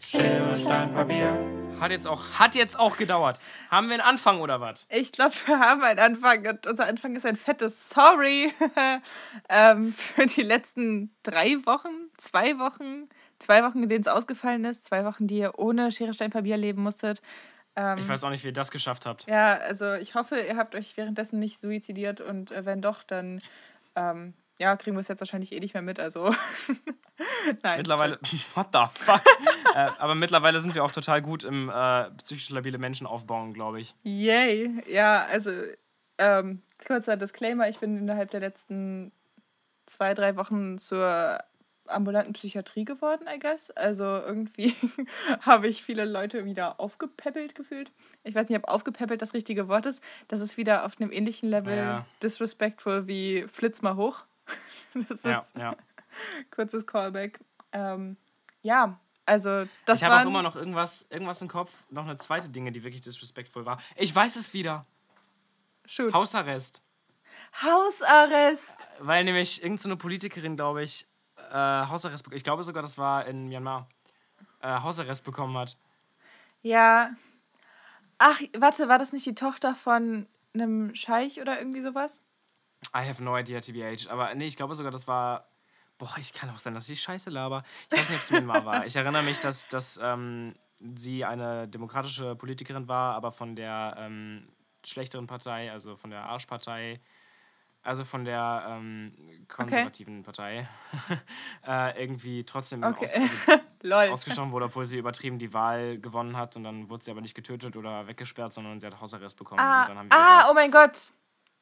Schere, Stein, Papier. Hat jetzt auch gedauert. Haben wir einen Anfang oder was? Ich glaube, wir haben einen Anfang und unser Anfang ist ein fettes Sorry für die letzten 2 Wochen, in denen es ausgefallen ist, 2 Wochen, die ihr ohne Schere, Stein, Papier leben musstet. Ich weiß auch nicht, wie ihr das geschafft habt. Ja, also ich hoffe, ihr habt euch währenddessen nicht suizidiert und wenn doch, dann kriegen wir es jetzt wahrscheinlich eh nicht mehr mit, also nein. Mittlerweile, what the fuck? Aber mittlerweile sind wir auch total gut im psychisch labile Menschen aufbauen, glaube ich. Yay, ja, also kurzer Disclaimer, ich bin innerhalb der letzten 2-3 Wochen zur ambulanten Psychiatrie geworden, I guess. Also irgendwie habe ich viele Leute wieder aufgepäppelt gefühlt. Ich weiß nicht, ob aufgepäppelt das richtige Wort ist. Das ist wieder auf einem ähnlichen Level disrespectful wie Flitz mal hoch. Das ist kurzes Callback. Also das Ich habe auch immer noch irgendwas im Kopf, noch eine zweite Dinge, die wirklich disrespectful war. Ich weiß es wieder. Shoot. Hausarrest. Weil nämlich irgendeine Politikerin, glaube ich, Hausarrest bekommen. Ich glaube sogar, das war in Myanmar. Hausarrest bekommen hat. Ja. Ach, warte, war das nicht die Tochter von einem Scheich oder irgendwie sowas? I have no idea, TBH. Aber nee, ich glaube sogar, das war... Boah, ich kann auch sein, dass ich Scheiße laber. Ich weiß nicht, ob es Myanmar war. Ich erinnere mich, dass sie eine demokratische Politikerin war, aber von der schlechteren Partei, also von der Arschpartei, also von der konservativen Partei, irgendwie trotzdem ausgeschoben wurde, obwohl sie übertrieben die Wahl gewonnen hat und dann wurde sie aber nicht getötet oder weggesperrt, sondern sie hat Hausarrest bekommen. Und dann haben wir gesagt, oh mein Gott.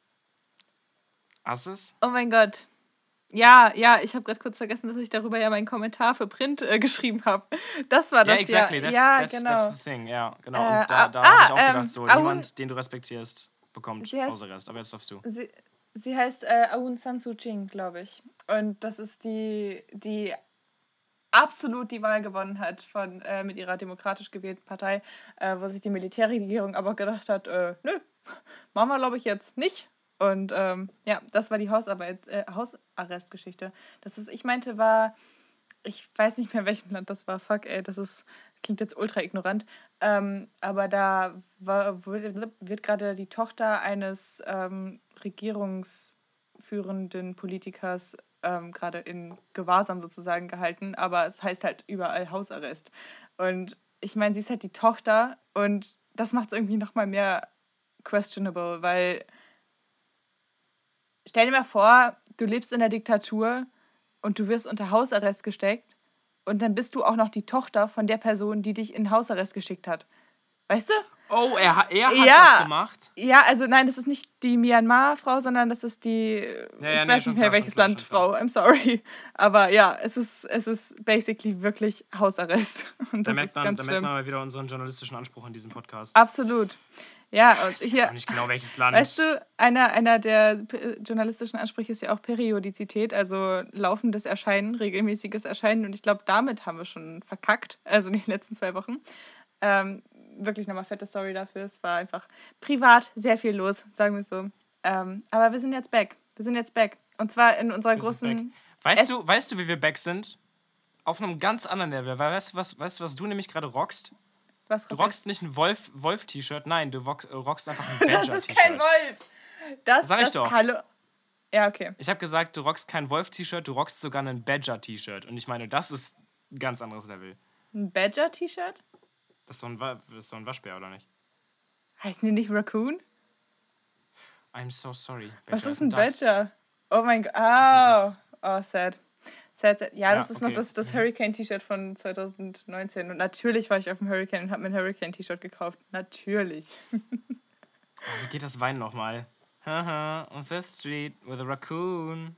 Hast du es? Oh mein Gott. Ja, ich habe gerade kurz vergessen, dass ich darüber ja meinen Kommentar für Print geschrieben habe. Das war das ja. Exactly. Genau. That's the thing. Ja, genau. Und da habe ich auch gedacht, so niemand, den du respektierst, bekommt Hausarrest. Aber jetzt darfst du. Sie heißt Aung San Suu Kyi, glaube ich. Und das ist die absolut die Wahl gewonnen hat mit ihrer demokratisch gewählten Partei, wo sich die Militärregierung aber gedacht hat, nö, machen wir, glaube ich, jetzt nicht. Und das war die Hausarrestgeschichte. Ich weiß nicht mehr, in welchem Land das war. Fuck, ey, klingt jetzt ultra ignorant. Aber da wird gerade die Tochter eines regierungsführenden Politikers gerade in Gewahrsam sozusagen gehalten. Aber es heißt halt überall Hausarrest. Und ich meine, sie ist halt die Tochter und das macht es irgendwie nochmal mehr questionable, weil stell dir mal vor, du lebst in der Diktatur und du wirst unter Hausarrest gesteckt und dann bist du auch noch die Tochter von der Person, die dich in Hausarrest geschickt hat. Weißt du? Oh, er hat das gemacht? Ja, also nein, das ist nicht die Myanmar-Frau, sondern das ist die, ich weiß nicht mehr welches Land, Frau, I'm sorry. Aber ja, es ist basically wirklich Hausarrest. Und das ist ganz schlimm. Da merkt man mal wieder unseren journalistischen Anspruch in diesem Podcast. Absolut. Ja, und ich weiß auch nicht genau, welches Land. Weißt du, einer der journalistischen Ansprüche ist ja auch Periodizität, also laufendes Erscheinen, regelmäßiges Erscheinen. Und ich glaube, damit haben wir schon verkackt, also die letzten 2 Wochen. Wirklich nochmal fette Sorry dafür. Es war einfach privat sehr viel los, sagen wir es so. Aber wir sind jetzt back. Und zwar in unserer großen... Weißt du, wie wir back sind? Auf einem ganz anderen Level. Weil weißt du, was du nämlich gerade rockst? Du rockst nicht ein Wolf-T-Shirt, nein, du rockst einfach ein Badger-T-Shirt. Das ist kein Wolf. Sag ich doch. Ja, okay. Ich habe gesagt, du rockst kein Wolf-T-Shirt, du rockst sogar ein Badger-T-Shirt. Und ich meine, das ist ein ganz anderes Level. Ein Badger-T-Shirt? Das ist so ein Waschbär, oder nicht? Heißen die nicht Raccoon? I'm so sorry. Was ist ein Badger? Oh mein Gott. Oh, sad. Ja, das ist noch das Hurricane-T-Shirt von 2019. Und natürlich war ich auf dem Hurricane und habe mir ein Hurricane-T-Shirt gekauft. Natürlich. Wie geht das Wein nochmal? On Fifth Street with a raccoon.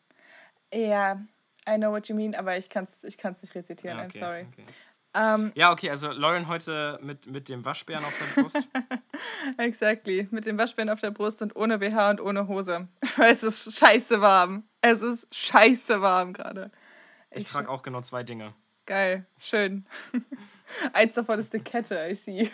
Ja, I know what you mean, aber ich kann's nicht rezitieren. Ja, okay, I'm sorry. Okay. Ja, okay, also Lauren heute mit dem Waschbären auf der Brust. Exactly, mit dem Waschbären auf der Brust und ohne BH und ohne Hose. Weil es ist scheiße warm. Es ist scheiße warm gerade. Ich trage auch genau 2 Dinge. Geil, schön. Eins davon ist eine Kette, I see.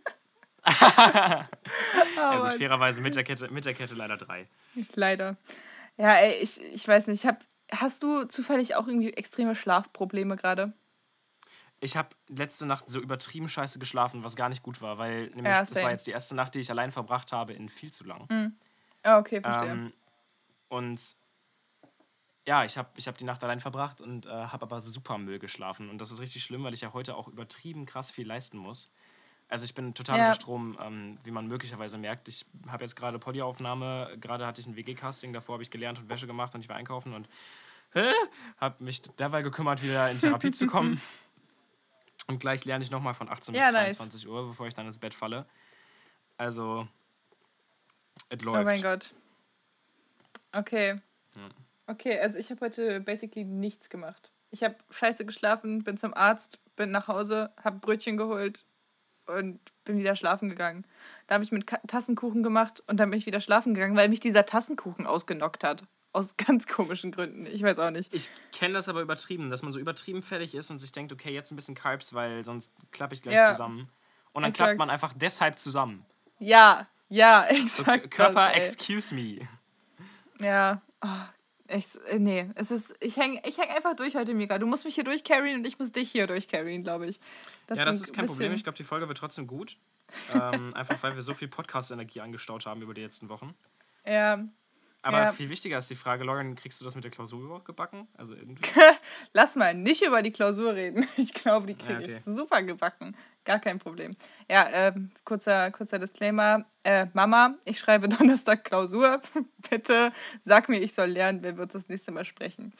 Ja gut, fairerweise mit der Kette leider 3. Leider. Ja, ey, ich weiß nicht, hast du zufällig auch irgendwie extreme Schlafprobleme gerade? Ich habe letzte Nacht so übertrieben scheiße geschlafen, was gar nicht gut war, weil nämlich Ja, das war same. jetzt die erste Nacht, die ich allein verbracht habe in viel zu lang. Okay, verstehe. Und ja, ich hab die Nacht allein verbracht und habe aber super Müll geschlafen. Und das ist richtig schlimm, weil ich ja heute auch übertrieben krass viel leisten muss. Also ich bin total unter Ja, Strom, wie man möglicherweise merkt. Ich habe jetzt gerade Poddy-Aufnahme, gerade hatte ich ein WG-Casting, davor habe ich gelernt und Wäsche gemacht und ich war einkaufen und habe mich derweil gekümmert, wieder in Therapie zu kommen. Und gleich lerne ich nochmal von 18 bis ja, nice. 22 Uhr, bevor ich dann ins Bett falle. Also, es Oh mein läuft. Gott. Okay. Ja. Okay, also ich habe heute basically nichts gemacht. Ich habe scheiße geschlafen, bin zum Arzt, bin nach Hause, habe Brötchen geholt und bin wieder schlafen gegangen. Da habe ich mit Tassenkuchen gemacht und dann bin ich wieder schlafen gegangen, weil mich dieser Tassenkuchen ausgenockt hat. Aus ganz komischen Gründen. Ich weiß auch nicht. Ich kenne das aber übertrieben, dass man so übertrieben fertig ist und sich denkt, okay, jetzt ein bisschen Carbs, weil sonst klappe ich gleich Ja, zusammen. Und dann klappt exakt. man einfach deshalb zusammen. Ja, So, exakt. Körper, das, ey. excuse me. Ja. Nee, ich häng einfach durch heute, Mika. Du musst mich hier durchcarryen und ich muss dich hier durchcarryen, glaube ich. Ja, das ist kein Problem. Ich glaube, die Folge wird trotzdem gut. Einfach, weil wir so viel Podcast-Energie angestaut haben über die letzten Wochen. Ja. Aber Ja. viel wichtiger ist die Frage, Lauren, kriegst du das mit der Klausur überhaupt gebacken? Also irgendwie? Lass mal nicht über die Klausur reden. Ich glaube, die kriege okay. ich super gebacken. Gar kein Problem. Ja, kurzer Disclaimer. Mama, ich schreibe Donnerstag Klausur. Bitte sag mir, ich soll lernen, wenn wir uns das nächste Mal sprechen.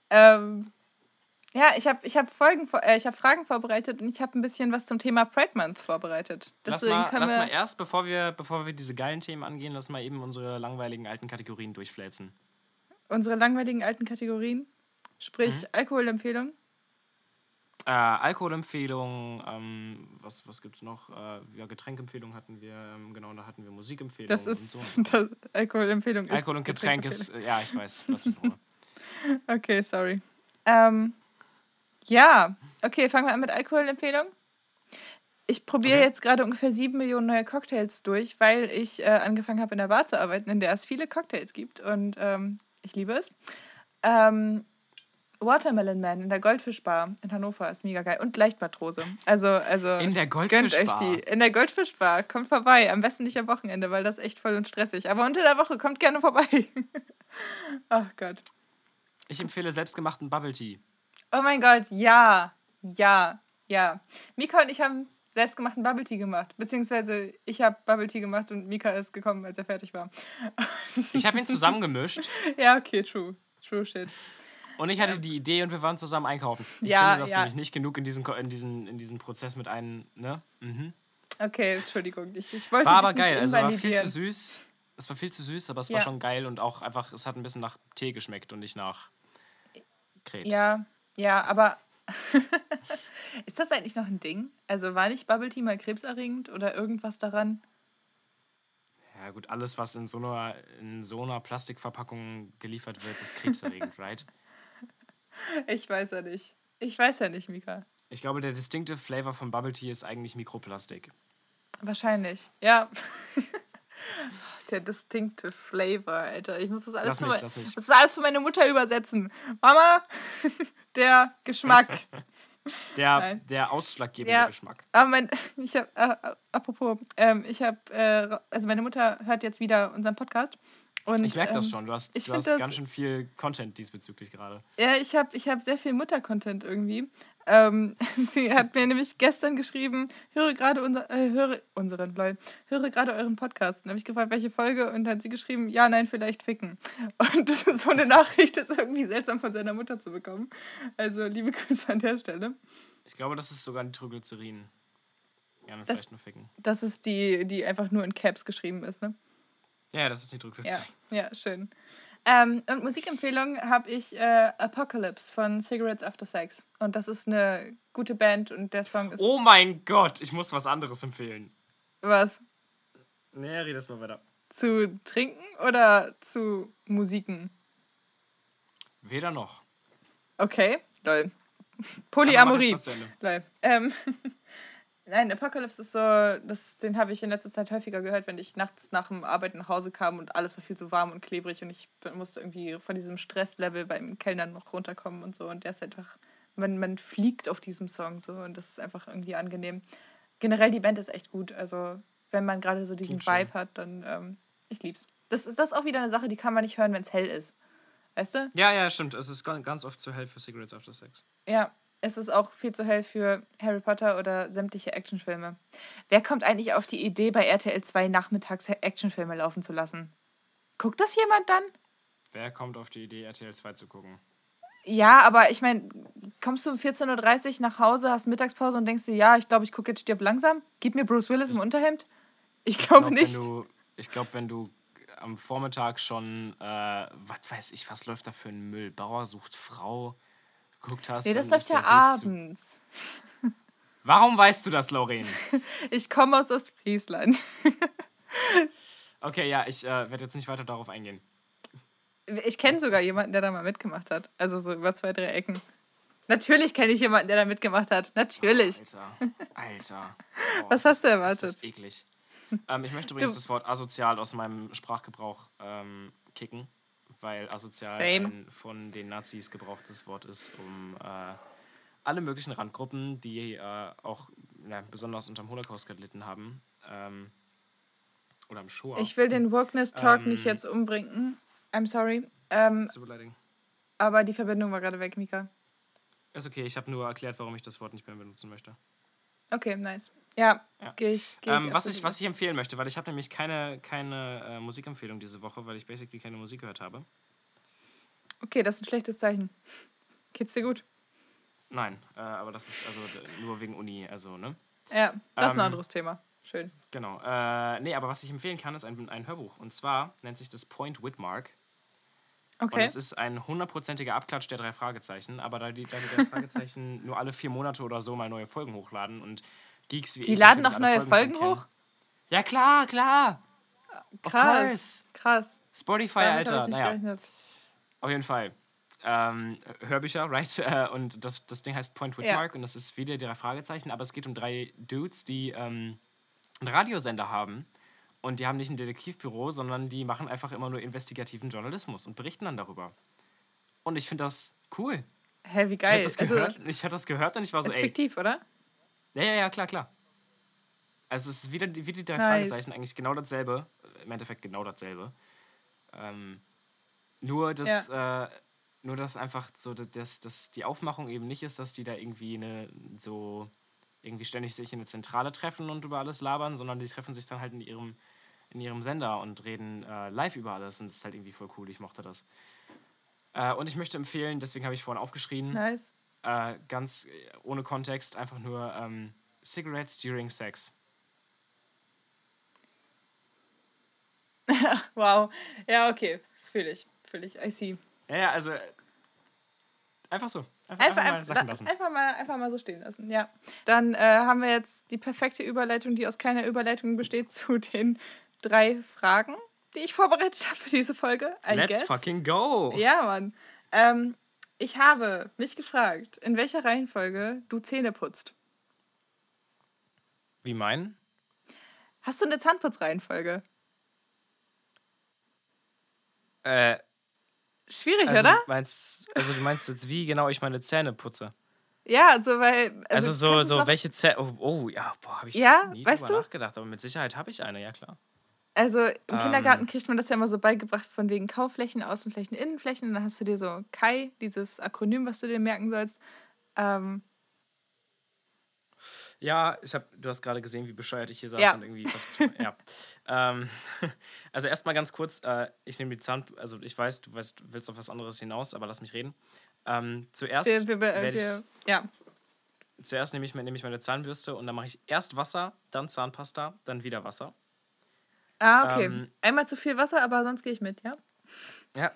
Ja, ich hab Fragen vorbereitet und ich habe ein bisschen was zum Thema Pride Month vorbereitet. Deswegen Lass mal erst, bevor wir diese geilen Themen angehen, lass mal eben unsere langweiligen alten Kategorien durchfläzen. Unsere langweiligen alten Kategorien, sprich Alkoholempfehlung. Alkoholempfehlung, was gibt's noch? Ja, Getränkempfehlung hatten wir, genau, da hatten wir Musikempfehlung Das und ist so. das Alkoholempfehlung ist Alkohol und Getränk ist, ja, ich weiß, lass mich in Ruhe. Okay, sorry. Ja, okay, fangen wir an mit Alkoholempfehlung. Ich probiere jetzt gerade ungefähr 7 Millionen neue Cocktails durch, weil ich angefangen habe, in der Bar zu arbeiten, in der es viele Cocktails gibt und ich liebe es. Watermelon Man in der Goldfischbar in Hannover ist mega geil. Und Leichtmatrose. Also In der gönnt euch Goldfischbar. die. In der Goldfischbar. Kommt vorbei. Am besten nicht am Wochenende, weil das ist echt voll und stressig. Aber unter der Woche kommt gerne vorbei. Ach Gott. Ich empfehle selbstgemachten Bubble Tea. Oh mein Gott, ja. Ja, ja. Mika und ich haben selbstgemachten Bubble Tea gemacht. Beziehungsweise ich habe Bubble Tea gemacht und Mika ist gekommen, als er fertig war. Ich habe ihn zusammengemischt Ja, okay, true. True shit. und ich hatte die Idee und wir waren zusammen einkaufen. Ich Ja, finde, dass ja. du mich nicht genug in diesen Prozess mit ne? Okay, Entschuldigung. Ich wollte War dich aber nicht geil, also war viel invalidieren. zu süß. Es war viel zu süß, aber es Ja. war schon geil und auch einfach, es hat ein bisschen nach Tee geschmeckt und nicht nach Krebs. Ja, aber ist das eigentlich noch ein Ding? Also war nicht Bubble Tea mal krebserregend oder irgendwas daran? Ja gut, alles, was in so einer Plastikverpackung geliefert wird, ist krebserregend, right? Ich weiß ja nicht. Ich weiß ja nicht, Mika. Ich glaube, der distinctive Flavor von Bubble Tea ist eigentlich Mikroplastik. Wahrscheinlich, ja. Der distinctive Flavor, Alter. Ich muss das alles Lass mich. Das ist alles für meine Mutter übersetzen. Mama, der Geschmack. Der ausschlaggebende Geschmack. Aber apropos, also meine Mutter hört jetzt wieder unseren Podcast. Und, Ich merke das schon. Du hast das- ganz schön viel Content diesbezüglich gerade. Ja, ich hab sehr viel Mutter-Content irgendwie. Sie hat mir nämlich gestern geschrieben, höre gerade euren Podcast. Und habe ich gefragt, welche Folge? Und dann hat sie geschrieben, ja, nein, vielleicht ficken. Und das ist so eine Nachricht, ist irgendwie seltsam von seiner Mutter zu bekommen. Also liebe Grüße an der Stelle. Ich glaube, das ist sogar Nitroglycerin. Ja, dann vielleicht nur ficken. Das ist die einfach nur in Caps geschrieben ist, ne? Ja, das ist Nitroglycerin. Ja, schön. Und Musikempfehlung habe ich Apocalypse von Cigarettes After Sex. Und das ist eine gute Band und der Song ist... Oh mein Gott, ich muss was anderes empfehlen. Was? Nee, red das mal weiter. Zu trinken oder zu Musiken? Weder noch. Okay, lol. Aber Polyamorie. mach erst mal zu Lol. Nein, Apocalypse ist so, den habe ich in letzter Zeit häufiger gehört, wenn ich nachts nach dem Arbeiten nach Hause kam und alles war viel zu warm und klebrig und ich musste irgendwie von diesem Stresslevel beim Kellnern noch runterkommen und so. Und der ist einfach man fliegt auf diesem Song so und das ist einfach irgendwie angenehm. Generell, die Band ist echt gut. Also, wenn man gerade so diesen Klingt schön. Vibe hat, dann, ich lieb's. Das ist auch wieder eine Sache, die kann man nicht hören, wenn es hell ist. Weißt du? Ja, stimmt. Es ist ganz oft zu hell für Cigarettes After Sex. Ja, es ist auch viel zu hell für Harry Potter oder sämtliche Actionfilme. Wer kommt eigentlich auf die Idee, bei RTL 2 nachmittags Actionfilme laufen zu lassen? Guckt das jemand dann? Wer kommt auf die Idee, RTL 2 zu gucken? Ja, aber ich meine, kommst du um 14:30 Uhr nach Hause, hast Mittagspause und denkst dir, ja, ich glaube, ich gucke jetzt Stirb langsam? Gib mir Bruce Willis im Unterhemd? Ich glaube nicht. Ich glaube, wenn du am Vormittag schon, was weiß ich, was läuft da für ein Müll? Bauer sucht Frau geguckt hast, Nee, das dann läuft ist ja der Weg zu... abends. Warum weißt du das, Lauren? Ich komme aus Ostfriesland. Okay, ja, ich werde jetzt nicht weiter darauf eingehen. Ich kenne sogar jemanden, der da mal mitgemacht hat. Also so über 2, 3 Ecken. Natürlich kenne ich jemanden, der da mitgemacht hat. Natürlich. Alter. Oh, Was hast du erwartet? Das ist eklig. Ich möchte übrigens das Wort asozial aus meinem Sprachgebrauch kicken, weil asozial ein von den Nazis gebrauchtes Wort ist, um alle möglichen Randgruppen, die auch besonders unter dem Holocaust gelitten haben, oder am Shoah. Ich will den Wokeness-Talk nicht jetzt umbringen. I'm sorry. Zu beleidigen. Aber die Verbindung war gerade weg, Mika. Ist okay, ich habe nur erklärt, warum ich das Wort nicht mehr benutzen möchte. Okay, nice. Ja. Gehe ich. Was ich empfehlen möchte, weil ich habe nämlich keine Musikempfehlung diese Woche, weil ich basically keine Musik gehört habe. Okay, das ist ein schlechtes Zeichen. Geht's dir gut? Nein, aber das ist also nur wegen Uni, also, ne? Ja, das ist ein anderes Thema. Schön. Genau. Aber was ich empfehlen kann, ist ein Hörbuch. Und zwar nennt sich das Point Whitmark. Okay. Und es ist ein 100%iger Abklatsch der 3 Fragezeichen, aber da die 3 Fragezeichen nur alle 4 Monate oder so mal neue Folgen hochladen und Geeks wie die ich laden natürlich noch alle neue Folgen hoch? Ja, klar. Krass. Spotify, Damit Alter. hab ich nicht gerechnet. Auf jeden Fall. Hörbücher, right? Und das Ding heißt Point Whitmark und das ist wieder die 3 Fragezeichen, aber es geht um 3 Dudes, die einen Radiosender haben. Und die haben nicht ein Detektivbüro, sondern die machen einfach immer nur investigativen Journalismus und berichten dann darüber. Und ich finde das cool. Hä, wie geil. Ich habe das gehört und ich war so, ist fiktiv, oder? Ja, klar. Also es ist wieder die 3 Fragezeichen, eigentlich genau dasselbe. Im Endeffekt genau dasselbe. Nur, dass einfach so, dass die Aufmachung eben nicht ist, dass die da irgendwie irgendwie ständig sich in eine Zentrale treffen und über alles labern, sondern die treffen sich dann halt in ihrem Sender und reden live über alles und das ist halt irgendwie voll cool, ich mochte das. Und ich möchte empfehlen, deswegen habe ich vorhin aufgeschrien, nice. Ganz ohne Kontext, einfach nur Cigarettes During Sex. Wow. Ja, okay. Fühl ich. I see. Ja, also einfach so. Einfach mal sacken lassen. Einfach mal so stehen lassen, ja. Dann haben wir jetzt die perfekte Überleitung, die aus keiner Überleitung besteht, zu den 3 Fragen, die ich vorbereitet habe für diese Folge. Let's fucking go! Ja, Mann. Ich habe mich gefragt, in welcher Reihenfolge du Zähne putzt. Wie meinen? Hast du eine Zahnputzreihenfolge? Schwierig, also oder? Du meinst jetzt, wie genau ich meine Zähne putze? Ja, also weil... Also so welche Zähne... Oh, ja, habe ich nie drüber nachgedacht, aber mit Sicherheit habe ich eine, ja klar. Also im Kindergarten kriegt man das ja immer so beigebracht, von wegen Kaufflächen, Außenflächen, Innenflächen. Und dann hast du dir so KAI, dieses Akronym, was du dir merken sollst. Ja, du hast gerade gesehen, wie bescheuert ich hier saß und irgendwie versucht habe. Ja. Also erstmal ganz kurz, ich nehme die also ich weiß, du willst auf was anderes hinaus, aber lass mich reden. Zuerst zuerst nehme ich meine Zahnbürste und dann mache ich erst Wasser, dann Zahnpasta, dann wieder Wasser. Ah, okay. Einmal zu viel Wasser, aber sonst gehe ich mit, ja? Ja,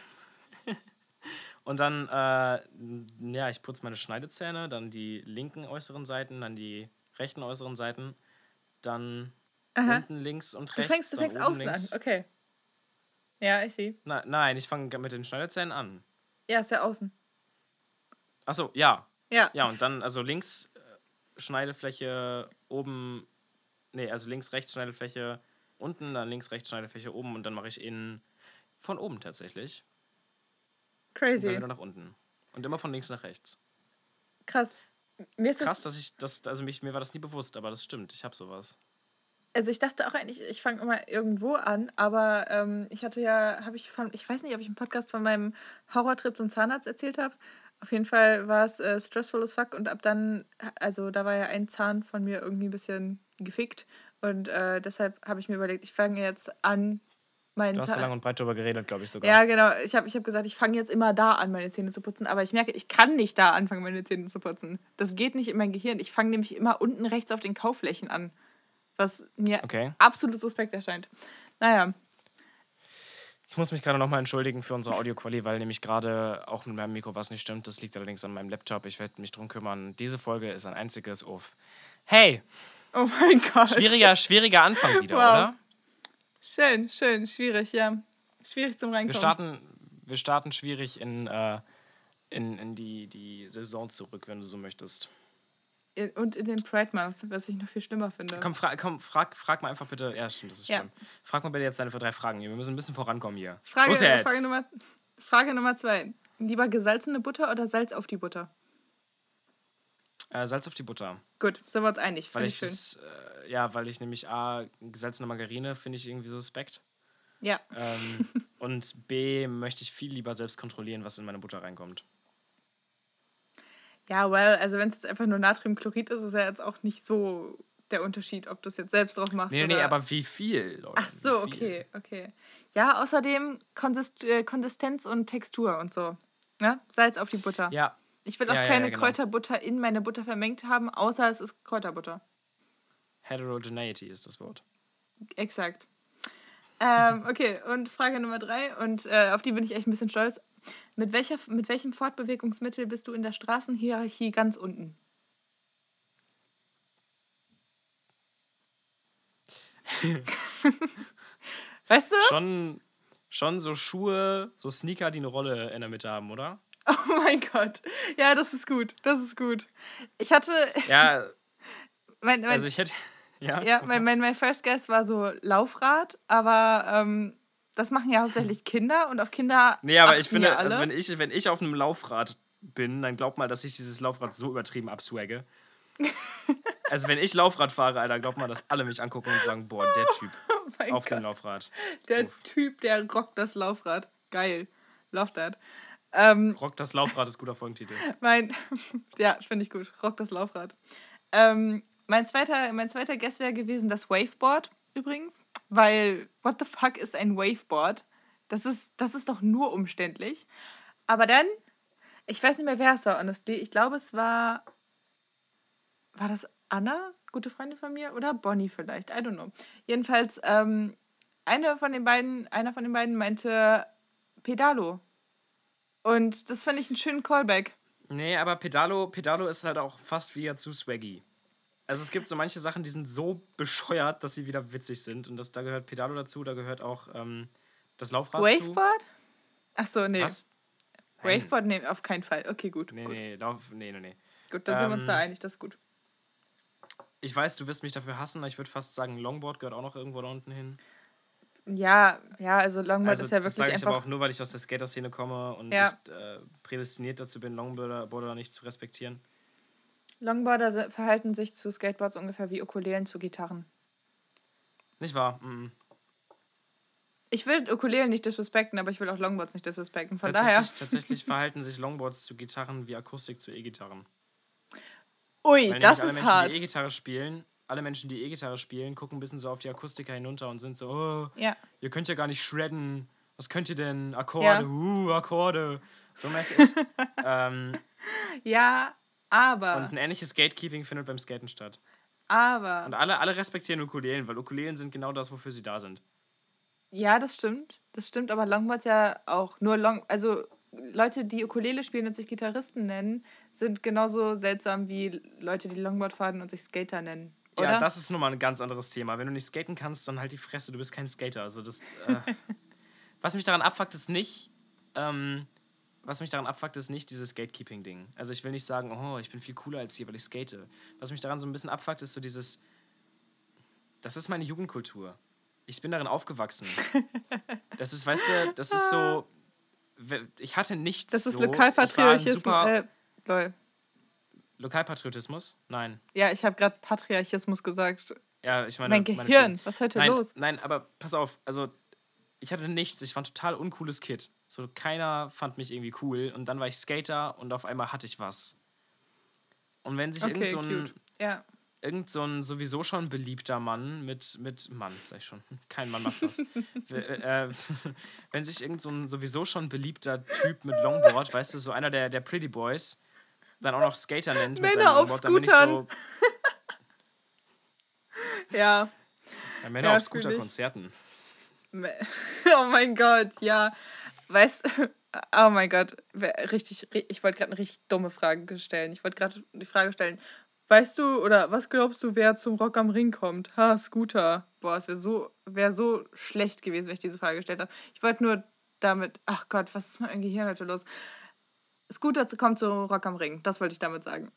Und dann, ich putze meine Schneidezähne, dann die linken äußeren Seiten, dann die rechten äußeren Seiten, dann unten links und rechts. Du fängst außen links. An, okay. Ja, ich sehe. Nein, ich fange mit den Schneidezähnen an. Ja, ist ja außen. Achso, ja. Ja. Ja, und dann, also links Schneidefläche oben, also links, rechts Schneidefläche unten, dann links, rechts Schneidefläche oben und dann mache ich innen von oben tatsächlich. Crazy. Und dann wieder nach unten. Und immer von links nach rechts. Krass. Mir ist Krass, es, also mir war das nie bewusst, aber das stimmt, ich habe sowas. also ich dachte auch eigentlich, ich fange immer irgendwo an, aber ich hatte ja, ich weiß nicht, ob ich im Podcast von meinem Horrortrip zum Zahnarzt erzählt habe. Auf jeden Fall war es stressful as fuck und ab dann, also da war ja ein Zahn von mir irgendwie ein bisschen gefickt und deshalb habe ich mir überlegt, ich fange jetzt an, Du meinen hast da Zahn. lang und breit drüber geredet, glaube ich sogar. Ja, genau. Ich hab gesagt, ich fange jetzt immer da an, meine Zähne zu putzen. Aber ich merke, ich kann nicht da anfangen, meine Zähne zu putzen. Das geht nicht in mein Gehirn. Ich fange nämlich immer unten rechts auf den Kauflächen an. Was mir Okay. absolut suspekt erscheint. Naja, Ich muss mich gerade nochmal entschuldigen für unsere Audioqualität, weil nämlich gerade auch mit meinem Mikro was nicht stimmt. Das liegt allerdings an meinem Laptop. Ich werde mich drum kümmern. Diese Folge ist ein einziges Uff. Hey, oh mein Gott. schwieriger Anfang wieder, Wow. oder? Schön, schwierig, ja. Schwierig zum Reinkommen. Wir starten schwierig in die Saison zurück, wenn du so möchtest. Und in den Pride Month, was ich noch viel schlimmer finde. Komm, frag mal einfach bitte. Ja, stimmt, das ist schlimm. Frag mal bitte jetzt deine 3 Fragen hier. Wir müssen ein bisschen vorankommen hier. Frage Nummer 2. Lieber gesalzene Butter oder Salz auf die Butter? Salz auf die Butter. Gut, sind wir uns einig. Weil Finde ich schön. weil ich nämlich A, gesalzene Margarine finde ich irgendwie suspekt. Ja. Und B, möchte ich viel lieber selbst kontrollieren, was in meine Butter reinkommt. Ja, well, also wenn es jetzt einfach nur Natriumchlorid ist, ist ja jetzt auch nicht so der Unterschied, ob du es jetzt selbst drauf machst Nee, oder... aber wie viel, Leute? Ach so, okay. Ja, außerdem Konsistenz und Textur und so. Ne? Salz auf die Butter. Ja. Ich will auch keine Kräuterbutter in meine Butter vermengt haben, außer es ist Kräuterbutter. Heterogeneity ist das Wort. Exakt. Okay, und Frage Nummer 3, und auf die bin ich echt ein bisschen stolz. Mit welchem Fortbewegungsmittel bist du in der Straßenhierarchie ganz unten? Weißt du? Schon so Schuhe, so Sneaker, die eine Rolle in der Mitte haben, oder? Oh mein Gott. Ja, das ist gut. Ich hatte... Ja, also ich hätte... Ja, ja, mein First Guess war so Laufrad, aber das machen ja hauptsächlich Kinder und auf Kinder Nee, aber ich achten finde, ja alle. also wenn ich auf einem Laufrad bin, dann glaub mal, dass ich dieses Laufrad so übertrieben abswagge. Also wenn ich Laufrad fahre, Alter, glaubt mal, dass alle mich angucken und sagen, boah, der Typ Oh auf dem Laufrad. Der Typ, der rockt das Laufrad. Geil. Love that. Rock das Laufrad ist guter Folgentitel. Ja, finde ich gut. Rock das Laufrad. Mein zweiter Guess wäre gewesen das Waveboard übrigens, weil what the fuck ist ein Waveboard? Das ist doch nur umständlich. Aber dann, ich weiß nicht mehr, wer es war, honestly. Ich glaube, es war das Anna, gute Freundin von mir, oder Bonnie vielleicht? I don't know. Jedenfalls, einer von den beiden meinte Pedalo. Und das fand ich einen schönen Callback. Nee, aber Pedalo ist halt auch fast wieder zu swaggy. Also es gibt so manche Sachen, die sind so bescheuert, dass sie wieder witzig sind. Und da gehört Pedalo dazu, da gehört auch das Laufrad Waveboard? Zu. Ach so, nee. Was? Waveboard? Nee, auf keinen Fall. Okay, gut. Nee. Gut, dann sind wir uns da einig, das ist gut. Ich weiß, du wirst mich dafür hassen, aber ich würde fast sagen, Longboard gehört auch noch irgendwo da unten hin. Ja, also Longboard ist ja das wirklich sage ich einfach... aber auch nur, weil ich aus der Skater-Szene komme und ich prädestiniert dazu bin, Longboarder nicht zu respektieren. Longboarder verhalten sich zu Skateboards ungefähr wie Ukulelen zu Gitarren. Nicht wahr? Mhm. Ich will Ukulelen nicht disrespekten, aber ich will auch Longboards nicht disrespekten. Von Tatsächlich verhalten sich Longboards zu Gitarren wie Akustik zu E-Gitarren. Ui, weil das ist hart. Alle Menschen, die E-Gitarre spielen, gucken ein bisschen so auf die Akustiker hinunter und sind so, oh, ihr könnt ja gar nicht shredden. Was könnt ihr denn? Akkorde, Akkorde. So mäßig. Ja, aber... Und ein ähnliches Gatekeeping findet beim Skaten statt. Aber... Und alle respektieren Ukulelen, weil Ukulelen sind genau das, wofür sie da sind. Ja, das stimmt. Aber Longboards ja auch. Also Leute, die Ukulele spielen und sich Gitarristen nennen, sind genauso seltsam wie Leute, die Longboard fahren und sich Skater nennen. Oder? Ja, das ist nun mal ein ganz anderes Thema. Wenn du nicht skaten kannst, dann halt die Fresse, du bist kein Skater. Also das, was mich daran abfuckt, ist nicht dieses Gatekeeping-Ding. Also ich will nicht sagen, oh, ich bin viel cooler als ihr, weil ich skate. Was mich daran so ein bisschen abfuckt, ist so dieses, das ist meine Jugendkultur. Ich bin darin aufgewachsen. Das ist, weißt du, das ist so, ich hatte nichts. Das ist so. Lokalpatriotismus. Lol. Lokalpatriotismus? Nein. Ja, ich habe gerade Patriarchismus gesagt. Ja, ich meine... Mein Gehirn, was ist heute los? Nein, aber pass auf, also ich hatte nichts, ich war ein total uncooles Kid. So, keiner fand mich irgendwie cool und dann war ich Skater und auf einmal hatte ich was. Und wenn sich Okay, cute. Ja. irgend so ein sowieso schon beliebter Mann mit Mann, sag ich schon, kein Mann macht das. Wenn sich irgend so ein sowieso schon beliebter Typ mit Longboard, weißt du, so einer der Pretty Boys, dann auch noch Skater nennt mit seinem Männer auf Longboard, dann bin ich Scootern. so, Ja. Männer Ja, auf fühl ich. Scooterkonzerten. Oh mein Gott, ja. Weißt oh mein Gott, ich wollte gerade eine richtig dumme Frage stellen. Ich wollte gerade die Frage stellen, weißt du oder was glaubst du, wer zum Rock am Ring kommt? Ha, Scooter. Boah, es wär so schlecht gewesen, wenn ich diese Frage gestellt habe. Ich wollte nur damit, ach Gott, was ist mit meinem Gehirn heute los? Scooter kommt zum Rock am Ring, das wollte ich damit sagen.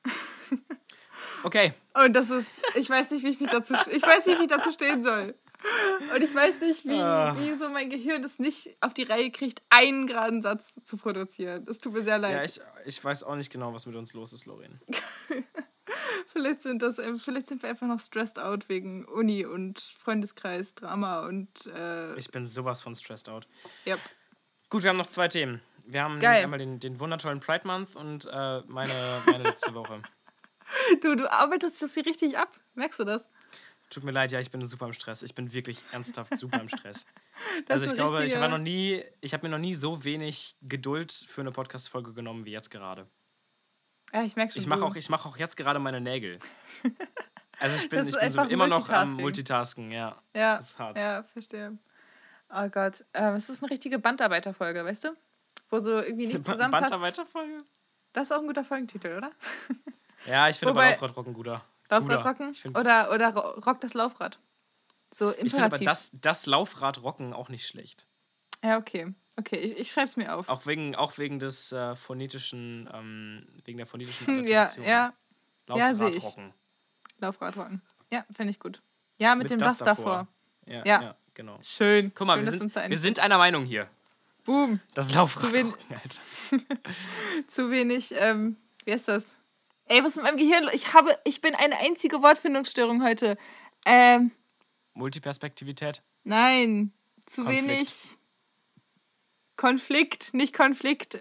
Okay. Und das ist, ich weiß nicht, wie ich dazu stehen soll. Und ich weiß nicht, wie so mein Gehirn es nicht auf die Reihe kriegt, einen geraden Satz zu produzieren. Es tut mir sehr leid. Ja, ich weiß auch nicht genau, was mit uns los ist, Lorraine. Vielleicht sind wir einfach noch stressed out wegen Uni und Freundeskreis, Drama und Ich bin sowas von stressed out. Yep. Gut, wir haben noch 2 Themen. Wir haben nämlich einmal den wundertollen Pride Month und meine letzte Woche. Du arbeitest das hier richtig ab. Merkst du das? Tut mir leid, ja, ich bin super im Stress. Ich bin wirklich ernsthaft super im Stress. Das Also ist ich ein glaube, ich richtiger- habe mir noch nie so wenig Geduld für eine Podcast-Folge genommen wie jetzt gerade. Ja, ich merke schon. Ich mach auch jetzt gerade meine Nägel. Also ich bin Das ist so einfach immer noch am Multitasking. Multitasken, ja. Ja, Das ist hart. ja, verstehe. Oh Gott, es ist eine richtige Bandarbeiterfolge, weißt du? Wo so irgendwie nicht zusammenpasst. Bandarbeiterfolge? Das ist auch ein guter Folgentitel, oder? Ja, ich finde aber Wobei- Laufradrock ein guter. Laufrad rocken? Ich find- Oder rock das Laufrad? So Ich finde aber imperativ. das Laufradrocken auch nicht schlecht. Ja, okay. Okay, ich schreib's mir auf. Auch wegen des phonetischen, wegen der phonetischen Ja, Alliteration. ja. Ja, seh ich. Laufradrocken. Laufrad rocken. Ja, finde ich gut. Ja, mit dem das das davor. Ja, Ja. ja, genau. Schön. Guck mal, Schön, wir dass uns da sind einer Meinung hier. Boom. Das Laufradrocken, Alter. Zu wenig, wie heißt das? Ey, was ist mit meinem Gehirn? Ich bin eine einzige Wortfindungsstörung heute. Multiperspektivität. Nein. Zu Konflikt. wenig Konflikt, nicht Konflikt.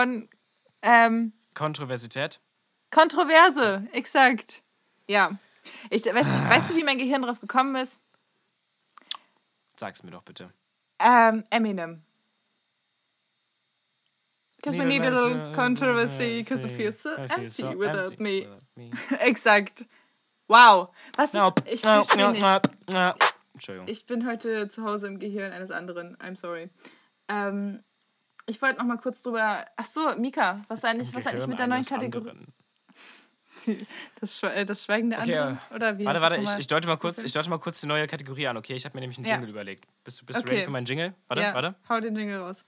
Kontroversität. Kontroverse, exakt. Ja. Weißt du, wie mein Gehirn drauf gekommen ist? Sag's mir doch bitte. Eminem. Because we need a little controversy, because it feels so empty without me. Exakt. Wow. Was ist... Ich verstehe nicht. Entschuldigung. Ich bin heute zu Hause im Gehirn eines anderen. I'm sorry. Ich wollte noch mal kurz drüber... Ach so, Mika, was eigentlich mit der neuen Kategorie... Das Schweigen der anderen? Oder wie Warte, heißt das ich deute mal kurz die neue Kategorie an, okay? Ich habe mir nämlich einen Jingle überlegt. Bist du ready für meinen Jingle? Warte. Hau den Jingle raus.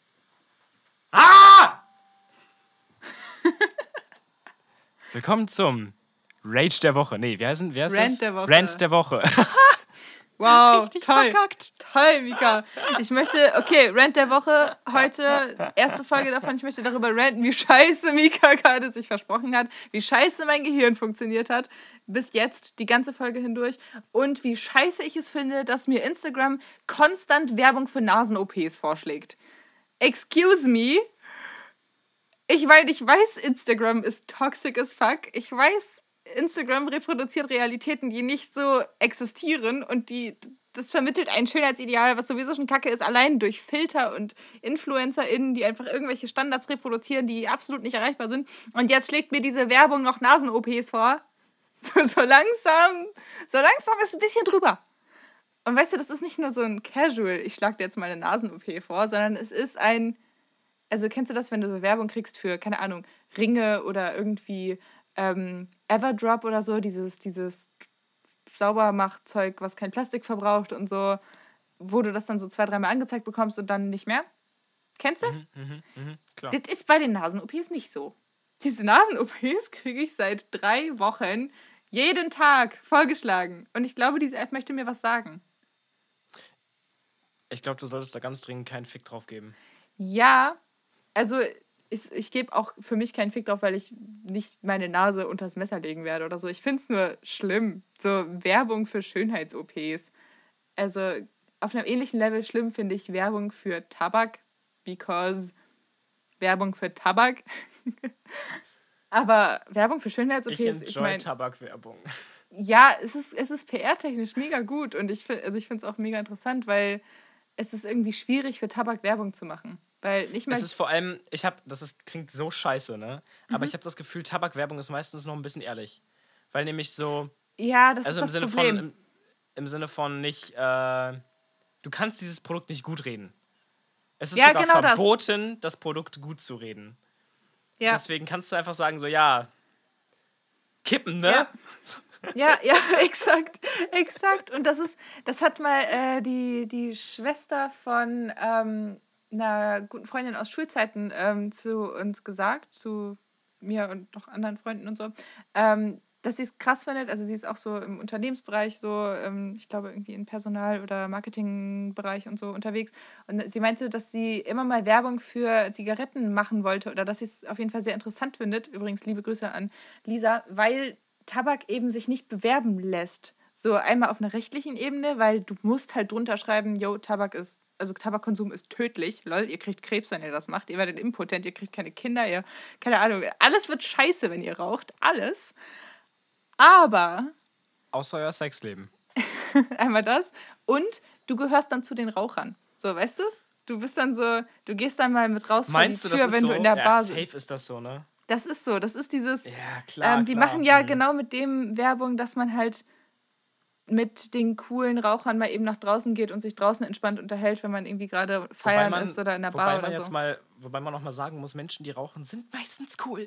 Willkommen zum Rage der Woche. Nee, wie heißt Rant der Woche. Rant der Woche. Wow, Richtig toll. verkackt. Toll, Mika. Okay, Rant der Woche. Heute, erste Folge davon. Ich möchte darüber ranten, wie scheiße Mika gerade sich versprochen hat, wie scheiße mein Gehirn funktioniert hat, bis jetzt, die ganze Folge hindurch. Und wie scheiße ich es finde, dass mir Instagram konstant Werbung für Nasen-OPs vorschlägt. Excuse me? Ich weiß, Instagram ist toxic as fuck. Ich weiß, Instagram reproduziert Realitäten, die nicht so existieren und das vermittelt ein Schönheitsideal, was sowieso schon kacke ist, allein durch Filter und InfluencerInnen, die einfach irgendwelche Standards reproduzieren, die absolut nicht erreichbar sind. Und jetzt schlägt mir diese Werbung noch Nasen-OPs vor. So langsam ist ein bisschen drüber. Und weißt du, das ist nicht nur so ein Casual, ich schlag dir jetzt mal eine Nasen-OP vor, sondern es ist also kennst du das, wenn du so Werbung kriegst für, keine Ahnung, Ringe oder irgendwie Everdrop oder so, dieses Saubermachzeug, was kein Plastik verbraucht und so, wo du das dann so 2-3 Mal angezeigt bekommst und dann nicht mehr? Kennst du? Klar. Das ist bei den Nasen-OPs nicht so. Diese Nasen-OPs kriege ich seit 3 Wochen jeden Tag vorgeschlagen. Und ich glaube, diese App möchte mir was sagen. Ich glaube, du solltest da ganz dringend keinen Fick drauf geben. Ja, also ich gebe auch für mich keinen Fick drauf, weil ich nicht meine Nase unters Messer legen werde oder so. Ich finde es nur schlimm. So Werbung für Schönheits-OPs. Also auf einem ähnlichen Level schlimm finde ich Werbung für Tabak, because Werbung für Tabak. Aber Werbung für Ich Schönheits-OPs, ich enjoy meine, Tabakwerbung. ja, es ist PR-technisch mega gut und ich finde es auch mega interessant, weil es ist irgendwie schwierig für Tabak Werbung zu machen. Weil nicht Es mal. ist vor allem, klingt so scheiße, ne? Aber ich habe das Gefühl, Tabakwerbung ist meistens noch ein bisschen ehrlich. Weil nämlich so, Ja, das also ist das Problem. im Sinne von nicht, du kannst dieses Produkt nicht gut reden. Es ist Ja, sogar genau das. verboten, das Produkt gut zu reden. Ja, Deswegen kannst du einfach sagen, so, ja, kippen, ja. ne? Ja, ja, exakt. Und das hat mal die Schwester von einer guten Freundin aus Schulzeiten zu uns gesagt, zu mir und noch anderen Freunden und so, dass sie es krass findet. Also sie ist auch so im Unternehmensbereich, so ich glaube irgendwie im Personal- oder Marketingbereich und so unterwegs. Und sie meinte, dass sie immer mal Werbung für Zigaretten machen wollte oder dass sie es auf jeden Fall sehr interessant findet. Übrigens liebe Grüße an Lisa, weil Tabak eben sich nicht bewerben lässt. So einmal auf einer rechtlichen Ebene, weil du musst halt drunter schreiben, yo, Tabakkonsum ist tödlich, lol, ihr kriegt Krebs, wenn ihr das macht, ihr werdet impotent, ihr kriegt keine Kinder, keine Ahnung, alles wird scheiße, wenn ihr raucht, alles. Aber, Außer euer Sexleben. einmal das, und du gehörst dann zu den Rauchern. So, weißt du? Du bist dann so, du gehst dann mal mit raus vor die Meinst du, das Tür, ist wenn du so? in der Ja, Bar safe sitzt. ist das so, ne? Das ist so, das ist dieses, Ja, klar, die klar. machen ja genau mit dem Werbung, dass man halt mit den coolen Rauchern mal eben nach draußen geht und sich draußen entspannt unterhält, wenn man irgendwie gerade feiern ist oder in der Bar oder so. Wobei man noch mal sagen muss, Menschen, die rauchen, sind meistens cool.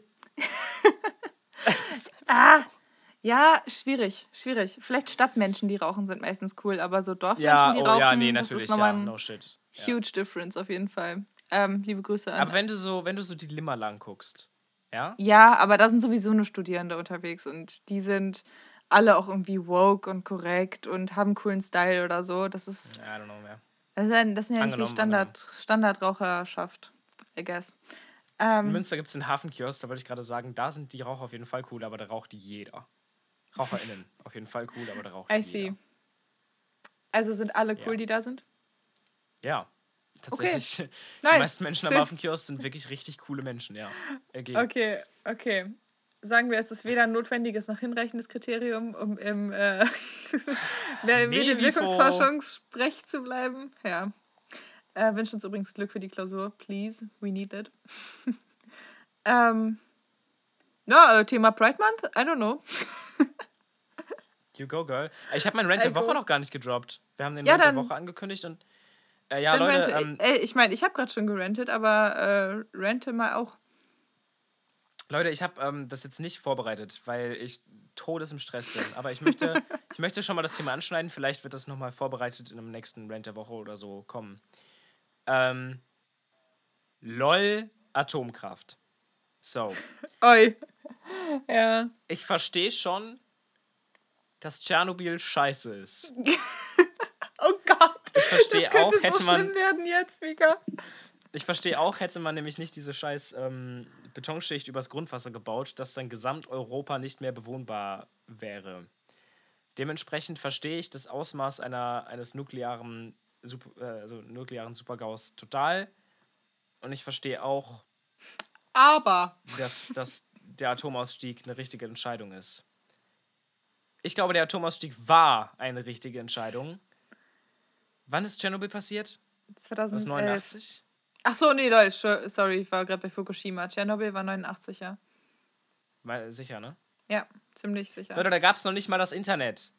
Ja, schwierig. Vielleicht Stadtmenschen, die rauchen, sind meistens cool, aber so Dorfmenschen, Ja, die oh ja, rauchen, nee, das ist natürlich, nochmal ja, ein no shit. Ja. huge difference auf jeden Fall. Liebe Grüße an. Aber wenn du so die Limmer lang guckst, ja? Ja, aber da sind sowieso nur Studierende unterwegs und die sind alle auch irgendwie woke und korrekt und haben coolen Style oder so. Das ist, I don't know mehr. das sind ja nicht die Angenommen. Standardraucherschaft, I guess. In Münster gibt es den Hafenkiosk, da wollte ich gerade sagen, da sind die Raucher auf jeden Fall cool, aber da raucht jeder. RaucherInnen auf jeden Fall cool, aber da raucht I jeder. see. Also sind alle cool, Ja. die da sind? Ja, tatsächlich. Okay. Die Nice. meisten Menschen Schön. am Hafenkiosk sind wirklich richtig coole Menschen, ja. Okay. Sagen wir, es ist weder ein notwendiges noch hinreichendes Kriterium, um im Medienwirkungsforschungssprech zu bleiben. Ja. Wünsche uns übrigens Glück für die Klausur. Please, we need that. Thema Pride Month? I don't know. You go, girl. Ich habe meinen Rant der Woche noch gar nicht gedroppt. Wir haben den Ja, Rant der dann- Woche angekündigt und Dann Leute, rante. Ich meine, ich habe gerade schon gerantet, aber rante mal auch. Leute, ich habe das jetzt nicht vorbereitet, weil ich todes im Stress bin. Aber ich möchte schon mal das Thema anschneiden. Vielleicht wird das nochmal vorbereitet in einem nächsten Rant der Woche oder so kommen. LOL Atomkraft. So. Oi. Ja. Ich verstehe schon, dass Tschernobyl scheiße ist. Oh Gott. Ich verstehe Das könnte auch, hätte so man. schlimm werden jetzt, Mika. Ich verstehe auch, hätte man nämlich nicht diese scheiß Betonschicht übers Grundwasser gebaut, dass dann Gesamteuropa nicht mehr bewohnbar wäre. Dementsprechend verstehe ich das Ausmaß eines nuklearen Supergaus total. Und ich verstehe auch, Aber. dass der Atomausstieg eine richtige Entscheidung ist. Ich glaube, der Atomausstieg war eine richtige Entscheidung. Wann ist Tschernobyl passiert? 2011. 89? Ach so, nee, Leute, sorry, ich war gerade bei Fukushima. Tschernobyl war 89, ja. Sicher, ne? Ja, ziemlich sicher. Leute, da gab es noch nicht mal das Internet.